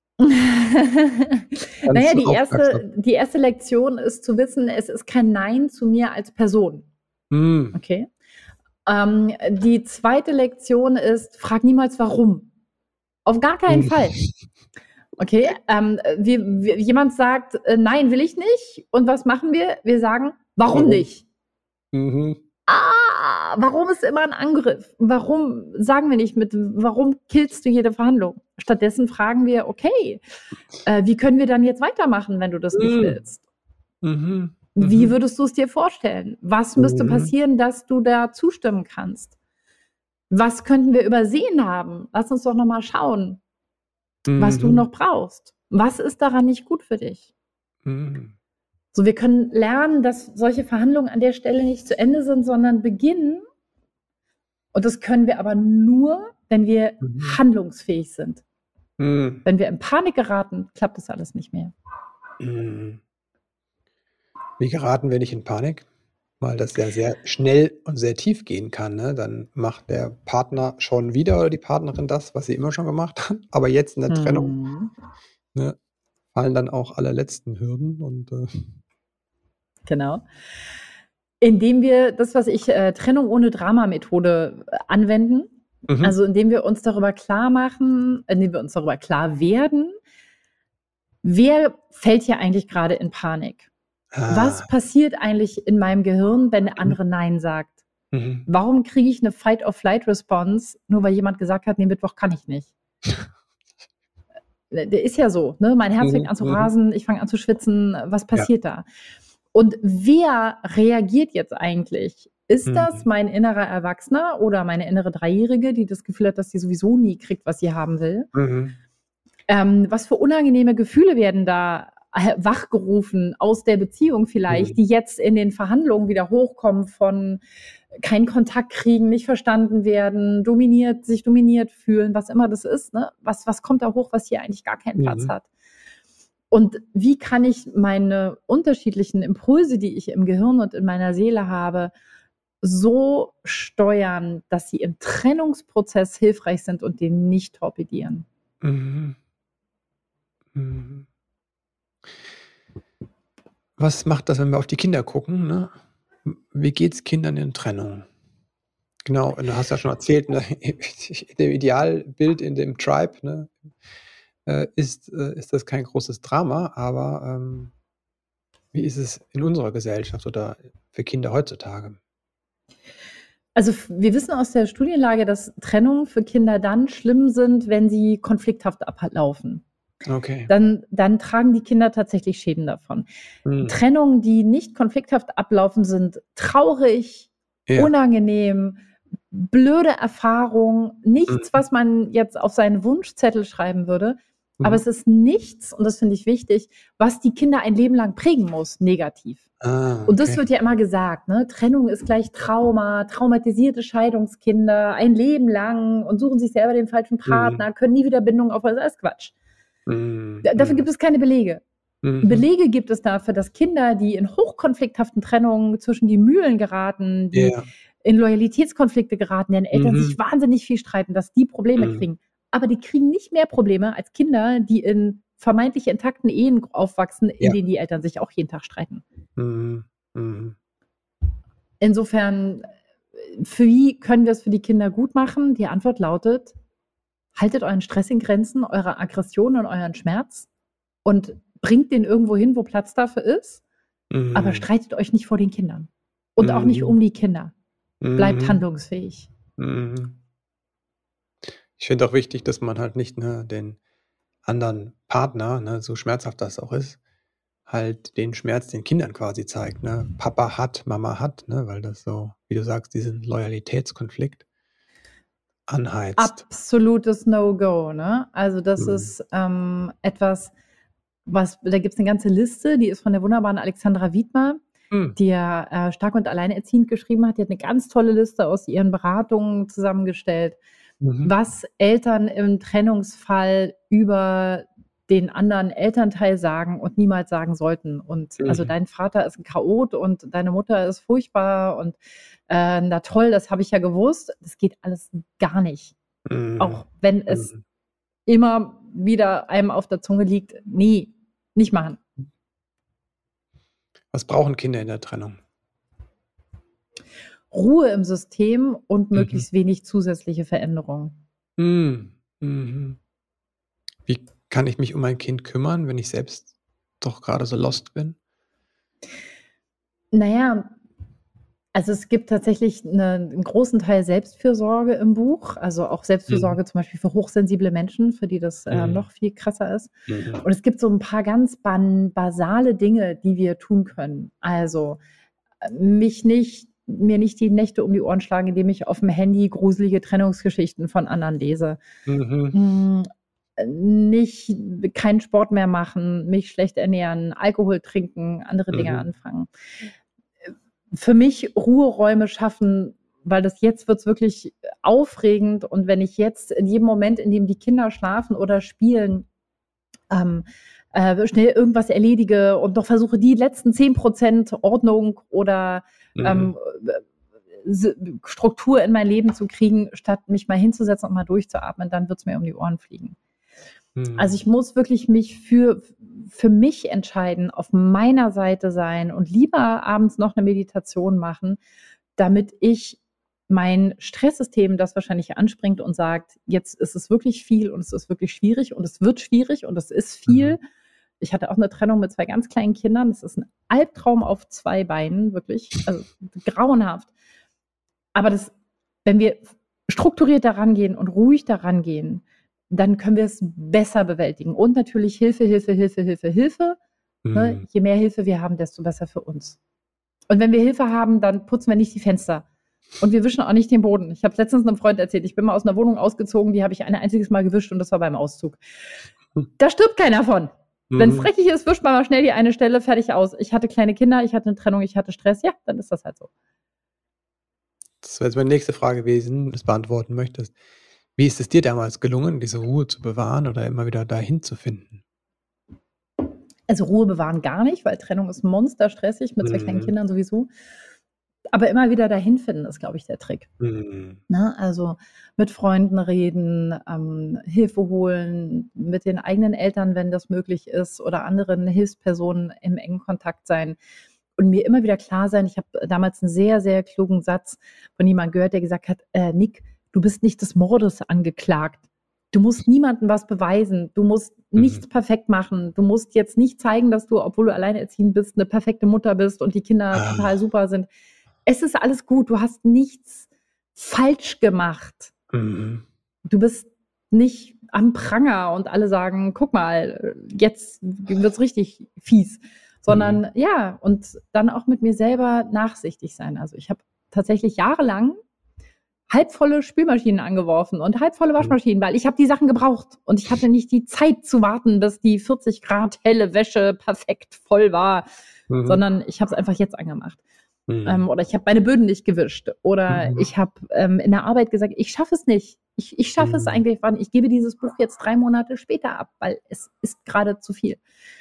Na
Ganz
ja, die
aufmerksam.
erste die erste Lektion ist zu wissen, es ist kein Nein zu mir als Person.
Mhm.
Okay? Ähm, die zweite Lektion ist: Frag niemals warum. Auf gar keinen
Mhm.
Fall. Okay? Ähm, wir wir jemand sagt: „Äh, nein, will ich nicht." Und was machen wir? Wir sagen: „Warum
Warum?
nicht?"
Mhm.
Ah, warum ist immer 'n Angriff? Warum sagen wir nicht mit warum killst du jede Verhandlung? Stattdessen fragen wir: „Okay, äh, wie können wir dann jetzt weitermachen, wenn du das nicht
Mhm.
willst?
Mhm.
Wie
Mhm.
würdest du's dir vorstellen? Was müsste
Mhm.
passieren, dass du da zustimmen kannst? Was könnten wir übersehen haben? Lass uns doch noch mal schauen, was du
Mhm.
noch brauchst. Was ist daran nicht gut für dich?"
Mhm.
So, wir können lernen, dass solche Verhandlungen an der Stelle nicht zu Ende sind, sondern beginnen. Und das können wir aber nur, wenn wir
Mhm.
handlungsfähig sind.
Mhm.
Wenn wir in Panik geraten, klappt das alles nicht mehr.
Mhm. Wie geraten wir nicht in Panik? Weil das ja sehr schnell und sehr tief gehen kann, ne? Dann macht der Partner schon wieder oder die Partnerin das, was sie immer schon gemacht hat. Aber jetzt in der Trennung,
Mhm.
ne, fallen dann auch alle letzten Hürden und, äh
Genau. Indem wir das, was ich, äh, Trennung ohne Drama-Methode, äh, anwenden.
mhm.
Also, indem wir uns darüber klarmachen indem wir uns darüber klar werden: Wer fällt hier eigentlich grade in Panik?
Ah.
Was passiert eigentlich in meinem Gehirn, wenn der
Mhm.
andere „Nein" sagt?
Mhm.
Warum kriege ich 'ne Fight-or-Flight-Response, nur weil jemand gesagt hat: „Ne, Mittwoch kann ich nicht?" Äh, der ist ja so, ne? Mein Herz fängt
Mhm.
an zu
Mhm.
rasen, ich fange an zu schwitzen. Was
Ja.
passiert da? Und wer reagiert jetzt eigentlich? Ist das
Mhm.
mein innerer Erwachsener oder meine innere Dreijährige, die das Gefühl hat, dass sie sowieso nie kriegt, was sie haben will?
Mhm.
Ähm, was für unangenehme Gefühle werden da äh, wachgerufen aus der Beziehung vielleicht,
Mhm.
die jetzt in den Verhandlungen wieder hochkommen von keinen Kontakt kriegen, nicht verstanden werden, dominiert sich dominiert fühlen, was immer das ist, ne? Was was kommt da hoch, was hier eigentlich gar keinen Platz
Mhm.
hat? Und wie kann ich meine unterschiedlichen Impulse, die ich im Gehirn und in meiner Seele habe, so steuern, dass sie im Trennungsprozess hilfreich sind und den nicht torpedieren?
Mhm. Mhm. Was macht das, wenn wir auf die Kinder gucken, ne? W wie geht's Kindern in Trennung? Genau, und du hast ja schon erzählt, ne, in dem Idealbild in dem Tribe, ne? äh, ist, äh, ist das kein großes Drama, aber ähm, wie ist es in unserer Gesellschaft oder für Kinder heutzutage?
Also f wir wissen aus der Studienlage, dass Trennungen für Kinder dann schlimm sind, wenn sie konflikthaft ablaufen.
Okay.
Dann dann tragen die Kinder tatsächlich Schäden davon.
Mhm.
Trennungen, die nicht konflikthaft ablaufen, sind traurig,
Ja.
unangenehm, blöde Erfahrung, nichts,
Mhm.
was man jetzt auf seinen Wunschzettel schreiben würde. Aber
Mhm.
es ist nichts, und das finde ich wichtig, was die Kinder ein Leben lang prägen muss, negativ.
Ah,
Und das
okay.
wird ja immer gesagt, ne? Trennung ist gleich Trauma, traumatisierte Scheidungskinder, ein Leben lang und suchen sich selber den falschen
Mhm.
Partner, können nie wieder Bindung aufbauen. Das ist Quatsch.
Mhm.
Da dafür
Mhm.
gibt es keine Belege.
Mhm.
Belege gibt es dafür, dass Kinder, die in hochkonflikthaften Trennungen zwischen die Mühlen geraten, die
Ja.
in Loyalitätskonflikte geraten, deren Eltern sich
Mhm.
wahnsinnig viel streiten, dass die Probleme
Mhm.
kriegen. Aber die kriegen nicht mehr Probleme als Kinder, die in vermeintlich intakten Ehen aufwachsen, in
Ja.
denen die Eltern sich auch jeden Tag streiten.
Mhm. Mhm.
Insofern, für wie können wir es für die Kinder gut machen? Die Antwort lautet: Haltet euren Stress in Grenzen, eure Aggression und euren Schmerz und bringt den irgendwo hin, wo Platz dafür ist, aber
Mhm.
streitet euch nicht vor den Kindern und auch nicht
Mhm.
um die Kinder. Bleibt
Mhm.
handlungsfähig.
Mhm. Ich finde auch wichtig, dass man halt nicht, ne, den anderen Partner, ne, so schmerzhaft das auch ist, halt den Schmerz den Kindern quasi zeigt, ne? Papa hat, Mama hat, ne, weil das so, wie du sagst, diesen Loyalitätskonflikt anheizt.
Absolutes No-Go, ne? Also, das
Mhm.
ist, ähm, etwas, was da gibt's 'ne ganze Liste, die ist von der wunderbaren Alexandra Wiedmer,
Mhm.
die ja, äh, „Stark und alleinerziehend" geschrieben hat. Die hat 'ne ganz tolle Liste aus ihren Beratungen zusammengestellt,
Mhm.
was Eltern im Trennungsfall über den anderen Elternteil sagen und niemals sagen sollten. Und also,
Mhm.
dein Vater ist 'n Chaot und deine Mutter ist furchtbar und, äh, na toll, das habe ich ja gewusst. Das geht alles gar nicht.
Mhm.
Auch wenn es
Mhm.
immer wieder einem auf der Zunge liegt. Ne, nicht machen.
Was brauchen Kinder in der Trennung?
Ruhe im System und
Mhm.
möglichst wenig zusätzliche Veränderung.
Mhm. Mhm. Wie kann ich mich um mein Kind kümmern, wenn ich selbst doch grade so lost bin?
Na ja, also, es gibt tatsächlich 'ne 'n großen Teil Selbstfürsorge im Buch, also, auch
Mhm.
Selbstfürsorge zum Beispiel für hochsensible Menschen, für die das, äh,
Mhm.
noch viel krasser ist.
Mhm.
Und es gibt so 'n paar ganz ban basale Dinge, die wir tun können. Also, äh, mich nicht mir nicht die Nächte um die Ohren schlagen, indem ich aufm Handy gruselige Trennungsgeschichten von anderen lese.
Mhm.
Hm, äh, nicht keinen Sport mehr machen, mich schlecht ernähren, Alkohol trinken, andere Dinge
Mhm.
anfangen. Äh, für mich Ruheräume schaffen, weil das jetzt wird's wirklich aufregend und wenn ich jetzt in jedem Moment, in dem die Kinder schlafen oder spielen, ähm, äh, schnell irgendwas erledige und noch versuche, die letzten zehn Prozent Ordnung oder,
Mhm.
ähm, äh, s Struktur in mein Leben zu kriegen, statt mich mal hinzusetzen und mal durchzuatmen, dann wird's mir um die Ohren fliegen. Also,
Mhm.
ich muss wirklich mich für für mich entscheiden, auf meiner Seite sein und lieber abends noch 'ne Meditation machen, damit ich mein Stresssystem, das wahrscheinlich anspringt und sagt: „Jetzt ist es wirklich viel und es ist wirklich schwierig und es wird schwierig und es ist
Mhm.
viel." Ich hatte auch 'ne Trennung mit zwei ganz kleinen Kindern. Das ist 'n Albtraum auf zwei Beinen, wirklich, also, grauenhaft. Aber das wenn wir f strukturiert da rangehen und ruhig da rangehen, dann können wir es besser bewältigen. Und natürlich Hilfe, Hilfe, Hilfe, Hilfe, Hilfe, ne?
Mhm.
Je mehr Hilfe wir haben, desto besser für uns. Und wenn wir Hilfe haben, dann putzen wir nicht die Fenster und wir wischen auch nicht den Boden. Ich habe es letztens 'nem Freund erzählt. Ich bin mal aus 'ner Wohnung ausgezogen, die habe ich ein einziges Mal gewischt und das war beim Auszug. Da stirbt keiner von. Wenn's
Mhm.
dreckig ist, wischt man mal schnell die eine Stelle, fertig, aus. Ich hatte kleine Kinder, ich hatte 'ne Trennung, ich hatte Stress. Ja, dann ist das halt so.
Das wäre jetzt meine nächste Frage gewesen, das beantworten möchtest. Wie ist es dir damals gelungen, diese Ruhe zu bewahren oder immer wieder dahin zu finden?
Also, Ruhe bewahren gar nicht, weil Trennung ist monsterstressig, mit zwei kleinen
Mhm.
Kindern sowieso. Aber immer wieder dahin finden ist, glaube ich, der Trick.
Mhm.
Ne, also, mit Freunden reden, ähm, Hilfe holen, mit den eigenen Eltern, wenn das möglich ist, oder anderen Hilfspersonen im engen Kontakt sein und mir immer wieder klar sein ich habe damals 'n sehr, sehr klugen Satz von jemandem gehört, der gesagt hat: „Äh, Nick, du bist nicht des Mordes angeklagt. du musst niemandem was beweisen. Du musst nichts
Mhm.
perfekt machen. Du musst jetzt nicht zeigen, dass du, obwohl du alleinerziehend bist, eine perfekte Mutter bist und die Kinder total
Ah.
super sind. Es ist alles gut. Du hast nichts falsch gemacht.
Mhm.
Du bist nicht am Pranger und alle sagen, guck mal, jetzt wird's richtig fies. Sondern
Mhm.
ja, und dann auch mit mir selber nachsichtig sein. Also ich habe tatsächlich jahrelang halbvolle Spülmaschinen angeworfen und halbvolle
Mhm.
Waschmaschinen, weil ich habe die Sachen gebraucht und ich hatte nicht die Zeit zu warten, bis die vierzig Grad helle Wäsche perfekt voll war,
Mhm.
sondern ich habe es einfach jetzt angemacht.
Mhm.
Ähm, oder ich habe meine Böden nicht gewischt oder
Mhm.
ich habe ähm, in der Arbeit gesagt, ich schaffe es nicht. Ich, ich schaffe es
Mhm.
eigentlich, wann ich gebe dieses Buch jetzt drei Monate später ab, weil es ist gerade zu viel.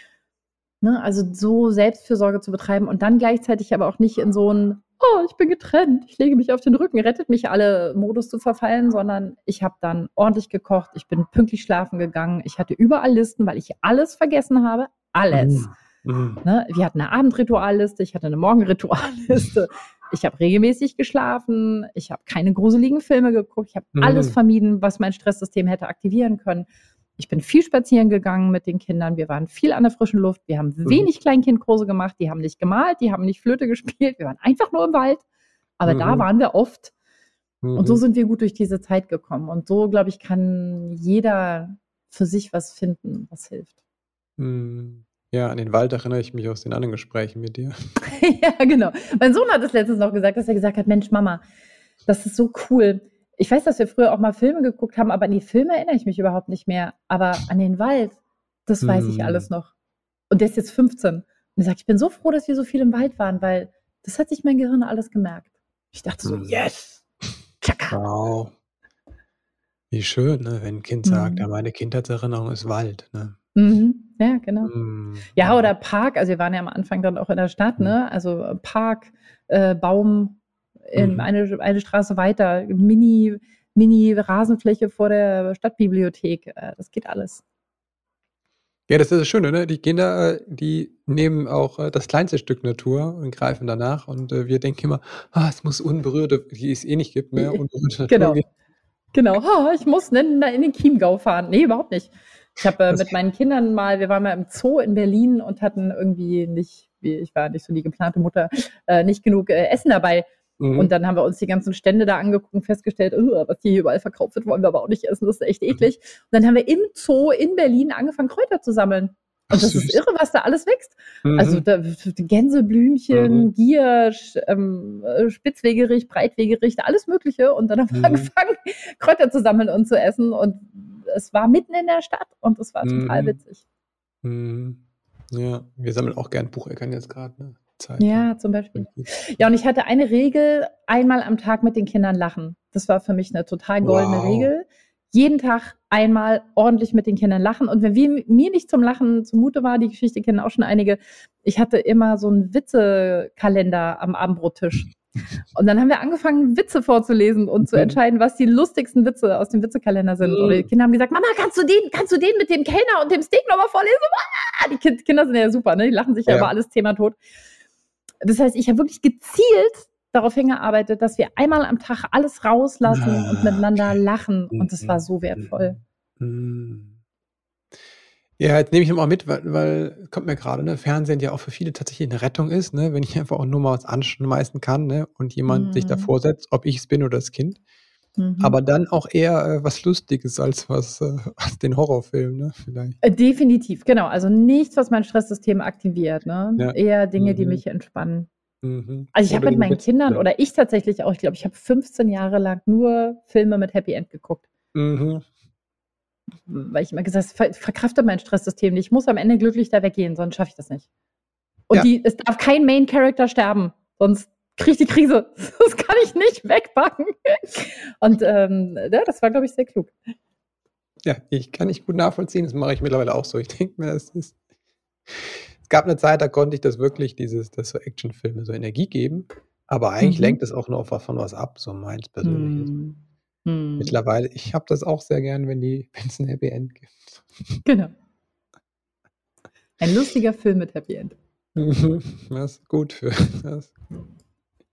Ne? Also so Selbstfürsorge zu betreiben und dann gleichzeitig aber auch nicht in so ein, oh, ich bin getrennt, ich lege mich auf den Rücken, rettet mich alle Modus zu verfallen, sondern ich habe dann ordentlich gekocht, ich bin pünktlich schlafen gegangen, ich hatte überall Listen, weil ich alles vergessen habe, alles.
Mhm. Mhm.
Ne? Wir hatten eine Abendritualliste, ich hatte eine Morgenritualliste, ich habe regelmäßig geschlafen, ich habe keine gruseligen Filme geguckt, ich habe alles
Mhm.
vermieden, was mein Stresssystem hätte aktivieren können. Ich bin viel spazieren gegangen mit den Kindern, wir waren viel an der frischen Luft, wir haben
Mhm.
wenig Kleinkindkurse gemacht, die haben nicht gemalt, die haben nicht Flöte gespielt, wir waren einfach nur im Wald, aber da
Mhm.
waren wir oft und so
Mhm.
sind wir gut durch diese Zeit gekommen und so, glaube ich, kann jeder für sich was finden, was hilft.
Mhm. Ja, an den Wald erinnere ich mich aus den anderen Gesprächen mit dir.
Ja, genau. Mein Sohn hat es letztens noch gesagt, dass er gesagt hat, Mensch, Mama, das ist so cool. Ich weiß, dass wir früher auch mal Filme geguckt haben, aber an die Filme erinnere ich mich überhaupt nicht mehr. Aber an den Wald, das weiß ich
Mhm.
alles noch. Und der ist jetzt fünfzehn. Und er sagt, ich bin so froh, dass wir so viel im Wald waren, weil das hat sich mein Gehirn alles gemerkt. Ich dachte so,
Mhm.
yes, tschakka.
Wow. Wie schön, ne, wenn 'n Kind sagt: „Ja,
Mhm.
meine Kindheitserinnerung ist Wald“, ne?
Mhm. Ja, genau.
Mhm.
Ja,
Mhm.
oder Park. Also wir waren ja am Anfang dann auch in der Stadt,
Mhm.
ne? Also äh, Park, äh, Baum, in
Mhm.
eine, eine Straße weiter, Mini, Mini Rasenfläche vor der Stadtbibliothek. Äh, das geht alles.
Ja, das ist das Schöne, ne? Die Kinder, äh, die nehmen auch, äh, das kleinste Stück Natur und greifen danach und, äh, wir denken immer: „Ah, es muss unberührte“, die es eh nicht gibt, mehr unberührte Natur
Genau.
geben.
Genau. „Ha, ich muss in, in den Chiemgau fahren.“ Nee, überhaupt nicht. Ich habe äh,
Das
mit meinen Kindern mal, wir waren mal im Zoo in Berlin und hatten irgendwie nicht, wie, ich war nicht so die geplante Mutter, äh, nicht genug äh, Essen dabei. Und
mhm.
dann haben wir uns die ganzen Stände da angeguckt und festgestellt, "Ugh, was hier überall verkauft wird, wollen wir aber auch nicht essen, das ist echt
Mhm.
eklig. Und dann haben wir im Zoo in Berlin angefangen, Kräuter zu sammeln.
Ach
Und das ist
süß.
irre, was da alles wächst. Also
Mhm.
da,
Mhm.
Gänseblümchen, Giersch, ähm, äh, Spitzwegerich, Breitwegerich, alles Mögliche. Und dann haben wir
Mhm.
angefangen, Kräuter zu sammeln und zu essen. Und es war mitten in der Stadt und es war total
Mhm.
witzig.
Mhm. Ja, wir sammeln auch gern Bucheckern jetzt grad, ne? Zeit, ja.
Ja, zum Beispiel. Ja, und ich hatte eine Regel, einmal am Tag mit den Kindern lachen. Das war für mich eine total goldene
Wow.
Regel. Jeden Tag einmal ordentlich mit den Kindern lachen. Und wenn wir, mir nicht zum Lachen zumute war, die Geschichte kennen auch schon einige, ich hatte immer so einen Witzekalender am Abendbrottisch. Und dann haben wir angefangen, Witze vorzulesen und zu
Mhm.
entscheiden, was die lustigsten Witze aus dem Witzekalender sind. Oder die
Mhm.
Kinder haben gesagt, Mama, kannst du den, kannst du den mit dem Kellner und dem Steak nochmal vorlesen? Ah, die Kind, Kinder sind ja super, ne? Die lachen sich ja
Ja.
über alles Thema tot. Das heißt, ich habe wirklich gezielt darauf hingearbeitet, dass wir einmal am Tag alles rauslassen und
Ah,
miteinander
okay.
lachen. Und das war
Mhm.
so wertvoll.
Mhm. Mhm. Ja, jetzt nehme ich mal mit, weil weil kommt mir grade, ne, Fernsehen ja auch für viele tatsächlich 'ne Rettung ist, ne, wenn ich einfach auch nur mal was anschmeißen kann, ne, und jemand sich
Mhm.
davor setzt, ob ich's bin oder das Kind.
Mhm.
Aber dann auch eher, äh, was Lustiges als was, äh als den Horrorfilm, ne, vielleicht.
Äh, definitiv, genau. Also nichts, was mein Stresssystem aktiviert, ne?
Ja.
Eher Dinge, die
Mhm.
mich entspannen.
Mhm.
Also ich habe mit
Unbedingt
meinen
Witze
Kindern
lernen.
oder ich tatsächlich auch, ich glaube, ich habe fünfzehn Jahre lang nur Filme mit Happy End geguckt.
Mhm.
Weil ich immer gesagt habe, ver verkrafte mein Stresssystem nicht. Ich muss am Ende glücklich da weggehen, sonst schaffe ich das nicht. Und
Ja.
die, es darf kein Main Character sterben, sonst kriege ich die Krise. Das kann ich nicht wegpacken. Und ähm, ja, das war, glaube ich, sehr klug.
Ja, ich kann ich gut nachvollziehen. Das mache ich mittlerweile auch so. Ich denke mir, das ist es gab 'ne Zeit, da konnte ich das wirklich dieses dass so Actionfilme so Energie geben, aber eigentlich
Mhm.
lenkt es auch nur von was ab, so meins Persönliches.
Mhm. Mhm.
Mittlerweile ich habe das auch sehr gern, wenn die wenn's 'n Happy End gibt.
Genau. Ein lustiger Film mit Happy End.
Mhm. Das ist gut für das.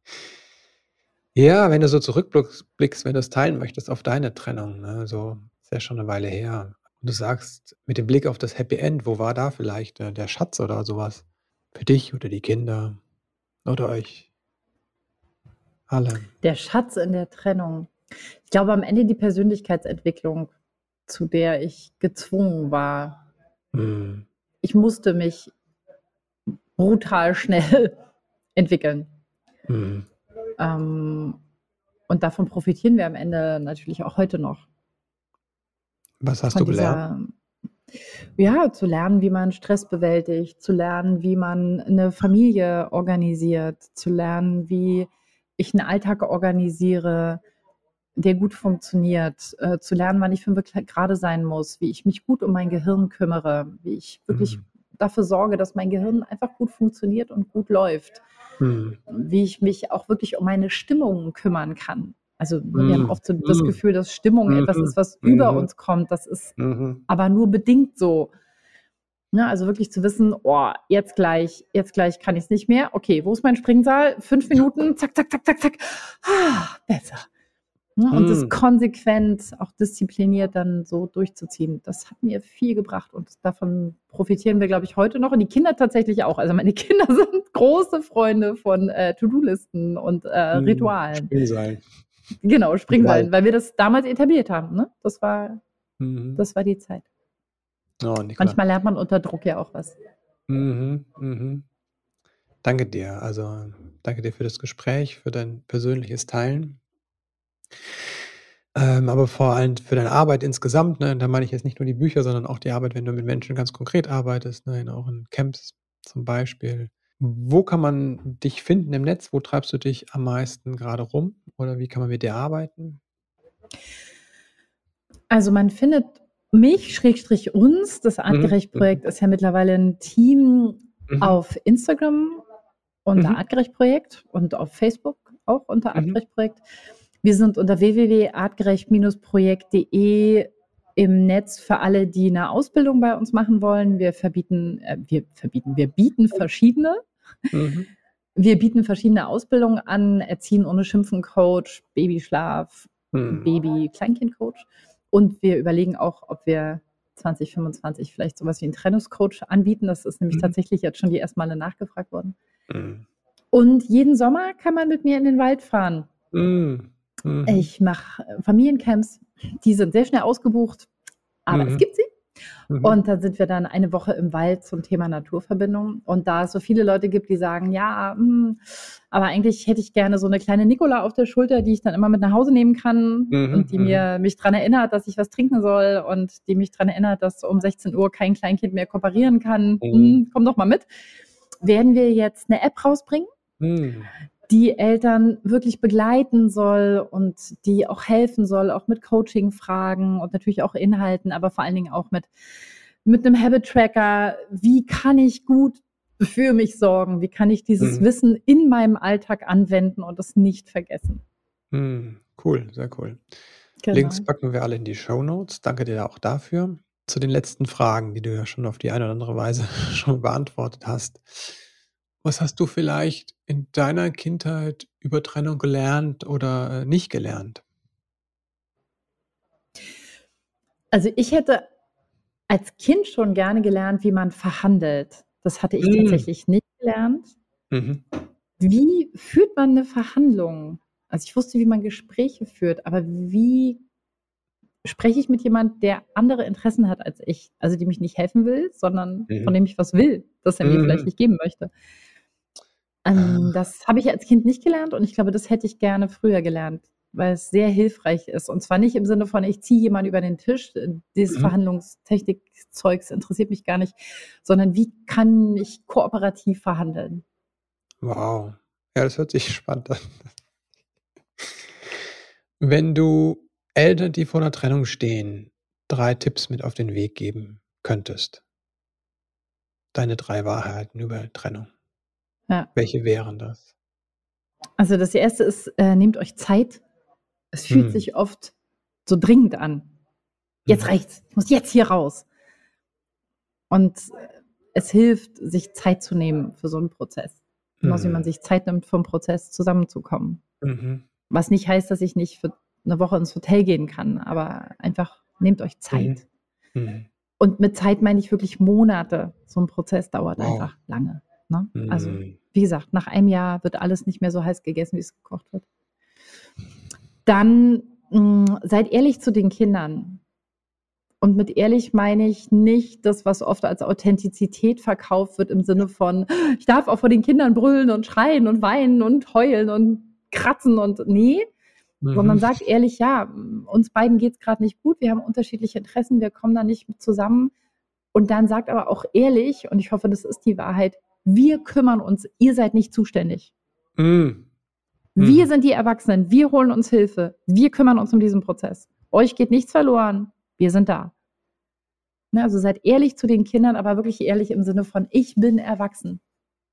Ja, wenn du so zurückblickst blickst, wenn du's teilen möchtest auf deine Trennung, ne, so ist ja schon eine Weile her. Und du sagst, mit dem Blick auf das Happy End, wo war da vielleicht der der Schatz oder sowas für dich oder die Kinder oder euch alle?
Der Schatz in der Trennung. Ich glaube, am Ende die Persönlichkeitsentwicklung, zu der ich gezwungen war.
Mhm.
Ich musste mich brutal schnell entwickeln.
Mhm.
Ähm, und davon profitieren wir am Ende natürlich auch heute noch.
Was hast
Von
du gelernt?
dieser, ja, zu lernen, wie man Stress bewältigt, zu lernen, wie man eine Familie organisiert, zu lernen, wie ich einen Alltag organisiere, der gut funktioniert, äh, zu lernen, wann ich fünf gerade sein muss, wie ich mich gut um mein Gehirn kümmere, wie ich wirklich
Mhm.
dafür sorge, dass mein Gehirn einfach gut funktioniert und gut läuft,
Mhm.
wie ich mich auch wirklich um meine Stimmung kümmern kann. Also ne, wir haben
Mhm.
oft so das
Mhm.
Gefühl, dass Stimmung etwas
Mhm.
ist, was über
Mhm.
uns kommt. Das ist
Mhm.
aber nur bedingt so. Ne, also wirklich zu wissen, oh, jetzt gleich, jetzt gleich kann ich es nicht mehr. Okay, wo ist mein Springsaal? Fünf Minuten, zack, zack, zack, zack, zack. Ah, besser. Ne, und das
Mhm.
konsequent, auch diszipliniert dann so durchzuziehen, das hat mir viel gebracht und davon profitieren wir, glaube ich, heute noch und die Kinder tatsächlich auch. Also meine Kinder sind große Freunde von äh, To-Do-Listen und äh,
Mhm.
Ritualen.
Springseil.
Genau,
Im Wald.
Springseilen, weil wir das damals etabliert haben. Ne? Das war,
Mhm.
das war die Zeit.
Oh, Nicola.
Manchmal lernt man unter Druck ja auch was.
Mhm. Mhm. Danke dir. Also, danke dir für das Gespräch, für dein persönliches Teilen. Ähm, aber vor allem für deine Arbeit insgesamt, ne? Da meine ich jetzt nicht nur die Bücher, sondern auch die Arbeit, wenn du mit Menschen ganz konkret arbeitest, ne, in auch in Camps zum Beispiel. Wo kann man dich finden im Netz? Wo treibst du dich am meisten gerade rum? Oder wie kann man mit dir arbeiten?
Also man findet mich, Schrägstrich uns, das
Mhm, mhm,
Artgerecht-Projekt ist ja mittlerweile ein Team
mhm,
auf Instagram unter
mhm,
Artgerecht-Projekt und auf Facebook auch unter
mhm,
Artgerecht-Projekt. Wir sind unter w w w punkt artgerecht projekt punkt de im Netz für alle, die eine Ausbildung bei uns machen wollen. Wir verbieten, äh, wir verbieten, wir bieten verschiedene.
mhm,
Wir bieten verschiedene Ausbildungen an, Erziehen ohne Schimpfen Coach, Babyschlaf,
mhm,
Baby-Kleinkind-Coach. Und wir überlegen auch, ob wir zwanzig fünfundzwanzig vielleicht sowas wie einen Trennungscoach anbieten. Das ist nämlich
mhm,
tatsächlich jetzt schon die ersten Male nachgefragt worden.
mhm,
Und jeden Sommer kann man mit mir in den Wald fahren.
mhm, mhm,
Ich mache Familiencamps, die sind sehr schnell ausgebucht, aber es
mhm,
gibt sie.
mhm,
Und dann sind wir dann eine Woche im Wald zum Thema Naturverbindung. Und da es so viele Leute gibt, die sagen, ja, hm, aber eigentlich hätte ich gerne so eine kleine Nicola auf der Schulter, die ich dann immer mit nach Hause nehmen kann
mhm,
und die
mhm,
mir mich daran erinnert, dass ich was trinken soll und die mich daran erinnert, dass um sechzehn Uhr kein Kleinkind mehr kooperieren kann.
mhm,
Hm, komm doch mal mit. Werden wir jetzt eine App rausbringen,
mhm,
die Eltern wirklich begleiten soll und die auch helfen soll, auch mit Coaching-Fragen und natürlich auch Inhalten, aber vor allen Dingen auch mit, mit einem Habit-Tracker. Wie kann ich gut für mich sorgen? Wie kann ich dieses
mhm.
Wissen in meinem Alltag anwenden und es nicht vergessen?
Mhm. Cool, sehr cool. Links
Genau.
packen wir alle in die Shownotes. Danke dir auch dafür. Zu den letzten Fragen, die du ja schon auf die eine oder andere Weise schon beantwortet hast. Was hast du vielleicht in deiner Kindheit über Trennung gelernt oder, äh, nicht gelernt?
Also ich hätte als Kind schon gerne gelernt, wie man verhandelt. Das hatte ich
Mhm.
tatsächlich nicht gelernt.
Mhm.
Wie führt man eine Verhandlung? Also, ich wusste, wie man Gespräche führt, aber wie spreche ich mit jemand, der andere Interessen hat als ich? Also, die mich nicht helfen will, sondern von
Mhm.
dem ich was will, das er mir vielleicht
Mhm.
nicht geben möchte. Ähm,
Ah.
das habe ich als Kind nicht gelernt und ich glaube, das hätte ich gerne früher gelernt, weil es sehr hilfreich ist. Und zwar nicht im Sinne von, ich ziehe jemanden über den Tisch, äh, dieses
Mhm.
Verhandlungstechnik-Zeugs interessiert mich gar nicht, sondern wie kann ich kooperativ verhandeln?
Wow. Ja, das hört sich spannend an. Wenn du Eltern, die vor 'ner Trennung stehen, drei Tipps mit auf den Weg geben könntest, deine drei Wahrheiten über Trennung,
Ja.
welche wären das?
Also, das erste ist, äh, nehmt euch Zeit. Es fühlt
Mhm.
sich oft so dringend an. Jetzt
Mhm.
reicht's. Ich muss jetzt hier raus. Und äh, es hilft, sich Zeit zu nehmen für so 'n Prozess. Genauso wie man
Mhm.
sich Zeit nimmt, für 'n Prozess zusammenzukommen.
Mhm.
Was nicht heißt, dass ich nicht für 'ne Woche ins Hotel gehen kann, aber einfach Nehmt euch
Mhm.
Zeit.
Mhm.
Und mit Zeit meine ich wirklich Monate. So ein Prozess dauert
Wow.
einfach lange. Ne? Also,
Mhm.
wie gesagt, nach einem Jahr wird alles nicht mehr so heiß gegessen, wie es gekocht wird. Dann mh, seid ehrlich zu den Kindern. Und mit ehrlich meine ich nicht das, was oft als Authentizität verkauft wird, im Sinne von, ich darf auch vor den Kindern brüllen und schreien und weinen und heulen und kratzen und nee, sondern
Mhm.
sagt ehrlich, ja, uns beiden geht es gerade nicht gut, wir haben unterschiedliche Interessen, wir kommen da nicht mit zusammen. Und dann sagt aber auch ehrlich, und ich hoffe, das ist die Wahrheit, wir kümmern uns, ihr seid nicht zuständig.
Mhm.
Wir
Mhm.
sind die Erwachsenen, wir holen uns Hilfe, wir kümmern uns um diesen Prozess. Euch geht nichts verloren, wir sind da. Ne, also seid ehrlich zu den Kindern, aber wirklich ehrlich im Sinne von, ich bin erwachsen.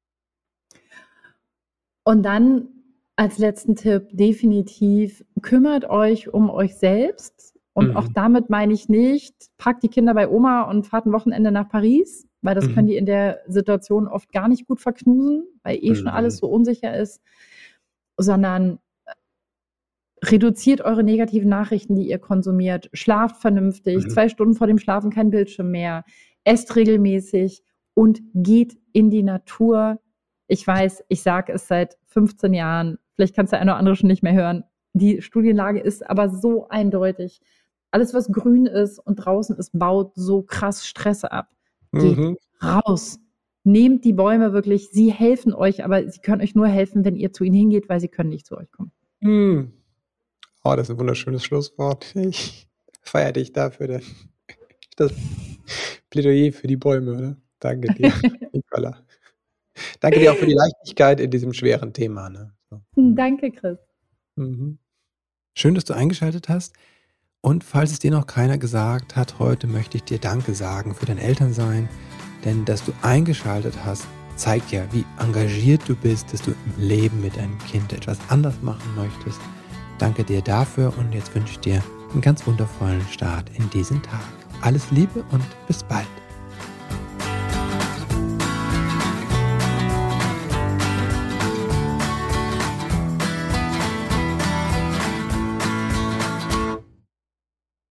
Und dann als letzten Tipp definitiv, kümmert euch um euch selbst. Und
Mhm.
auch damit meine ich nicht, packt die Kinder bei Oma und fahrt ein Wochenende nach Paris, weil das
Mhm.
können die in der Situation oft gar nicht gut verknusen, weil eh schon alles
Mhm.
so unsicher ist, sondern reduziert eure negativen Nachrichten, die ihr konsumiert, schlaft vernünftig,
Mhm.
zwei Stunden vor dem Schlafen kein Bildschirm mehr, esst regelmäßig und geht in die Natur. Ich weiß, ich sage es seit fünfzehn Jahren, vielleicht kannst du eine oder andere schon nicht mehr hören. Die Studienlage ist aber so eindeutig. Alles, was grün ist und draußen ist, baut so krass Stress ab. Geht
Mhm.
raus. Nehmt die Bäume wirklich, sie helfen euch, aber sie können euch nur helfen, wenn ihr zu ihnen hingeht, weil sie können nicht zu euch kommen.
Mhm. Oh, das ist ein wunderschönes Schlusswort. Ich feiere dich dafür. Das Plädoyer für die Bäume, oder? Danke dir, Nicola. Danke dir auch für die Leichtigkeit in diesem schweren Thema. Ne? So.
Danke, Chris.
Mhm. Schön, dass du eingeschaltet hast. Und falls es dir noch keiner gesagt hat, heute möchte ich dir Danke sagen für dein Elternsein. Denn dass du eingeschaltet hast, zeigt ja, wie engagiert du bist, dass du im Leben mit deinem Kind etwas anders machen möchtest. Danke dir dafür und jetzt wünsche ich dir einen ganz wundervollen Start in diesen Tag. Alles Liebe und bis bald.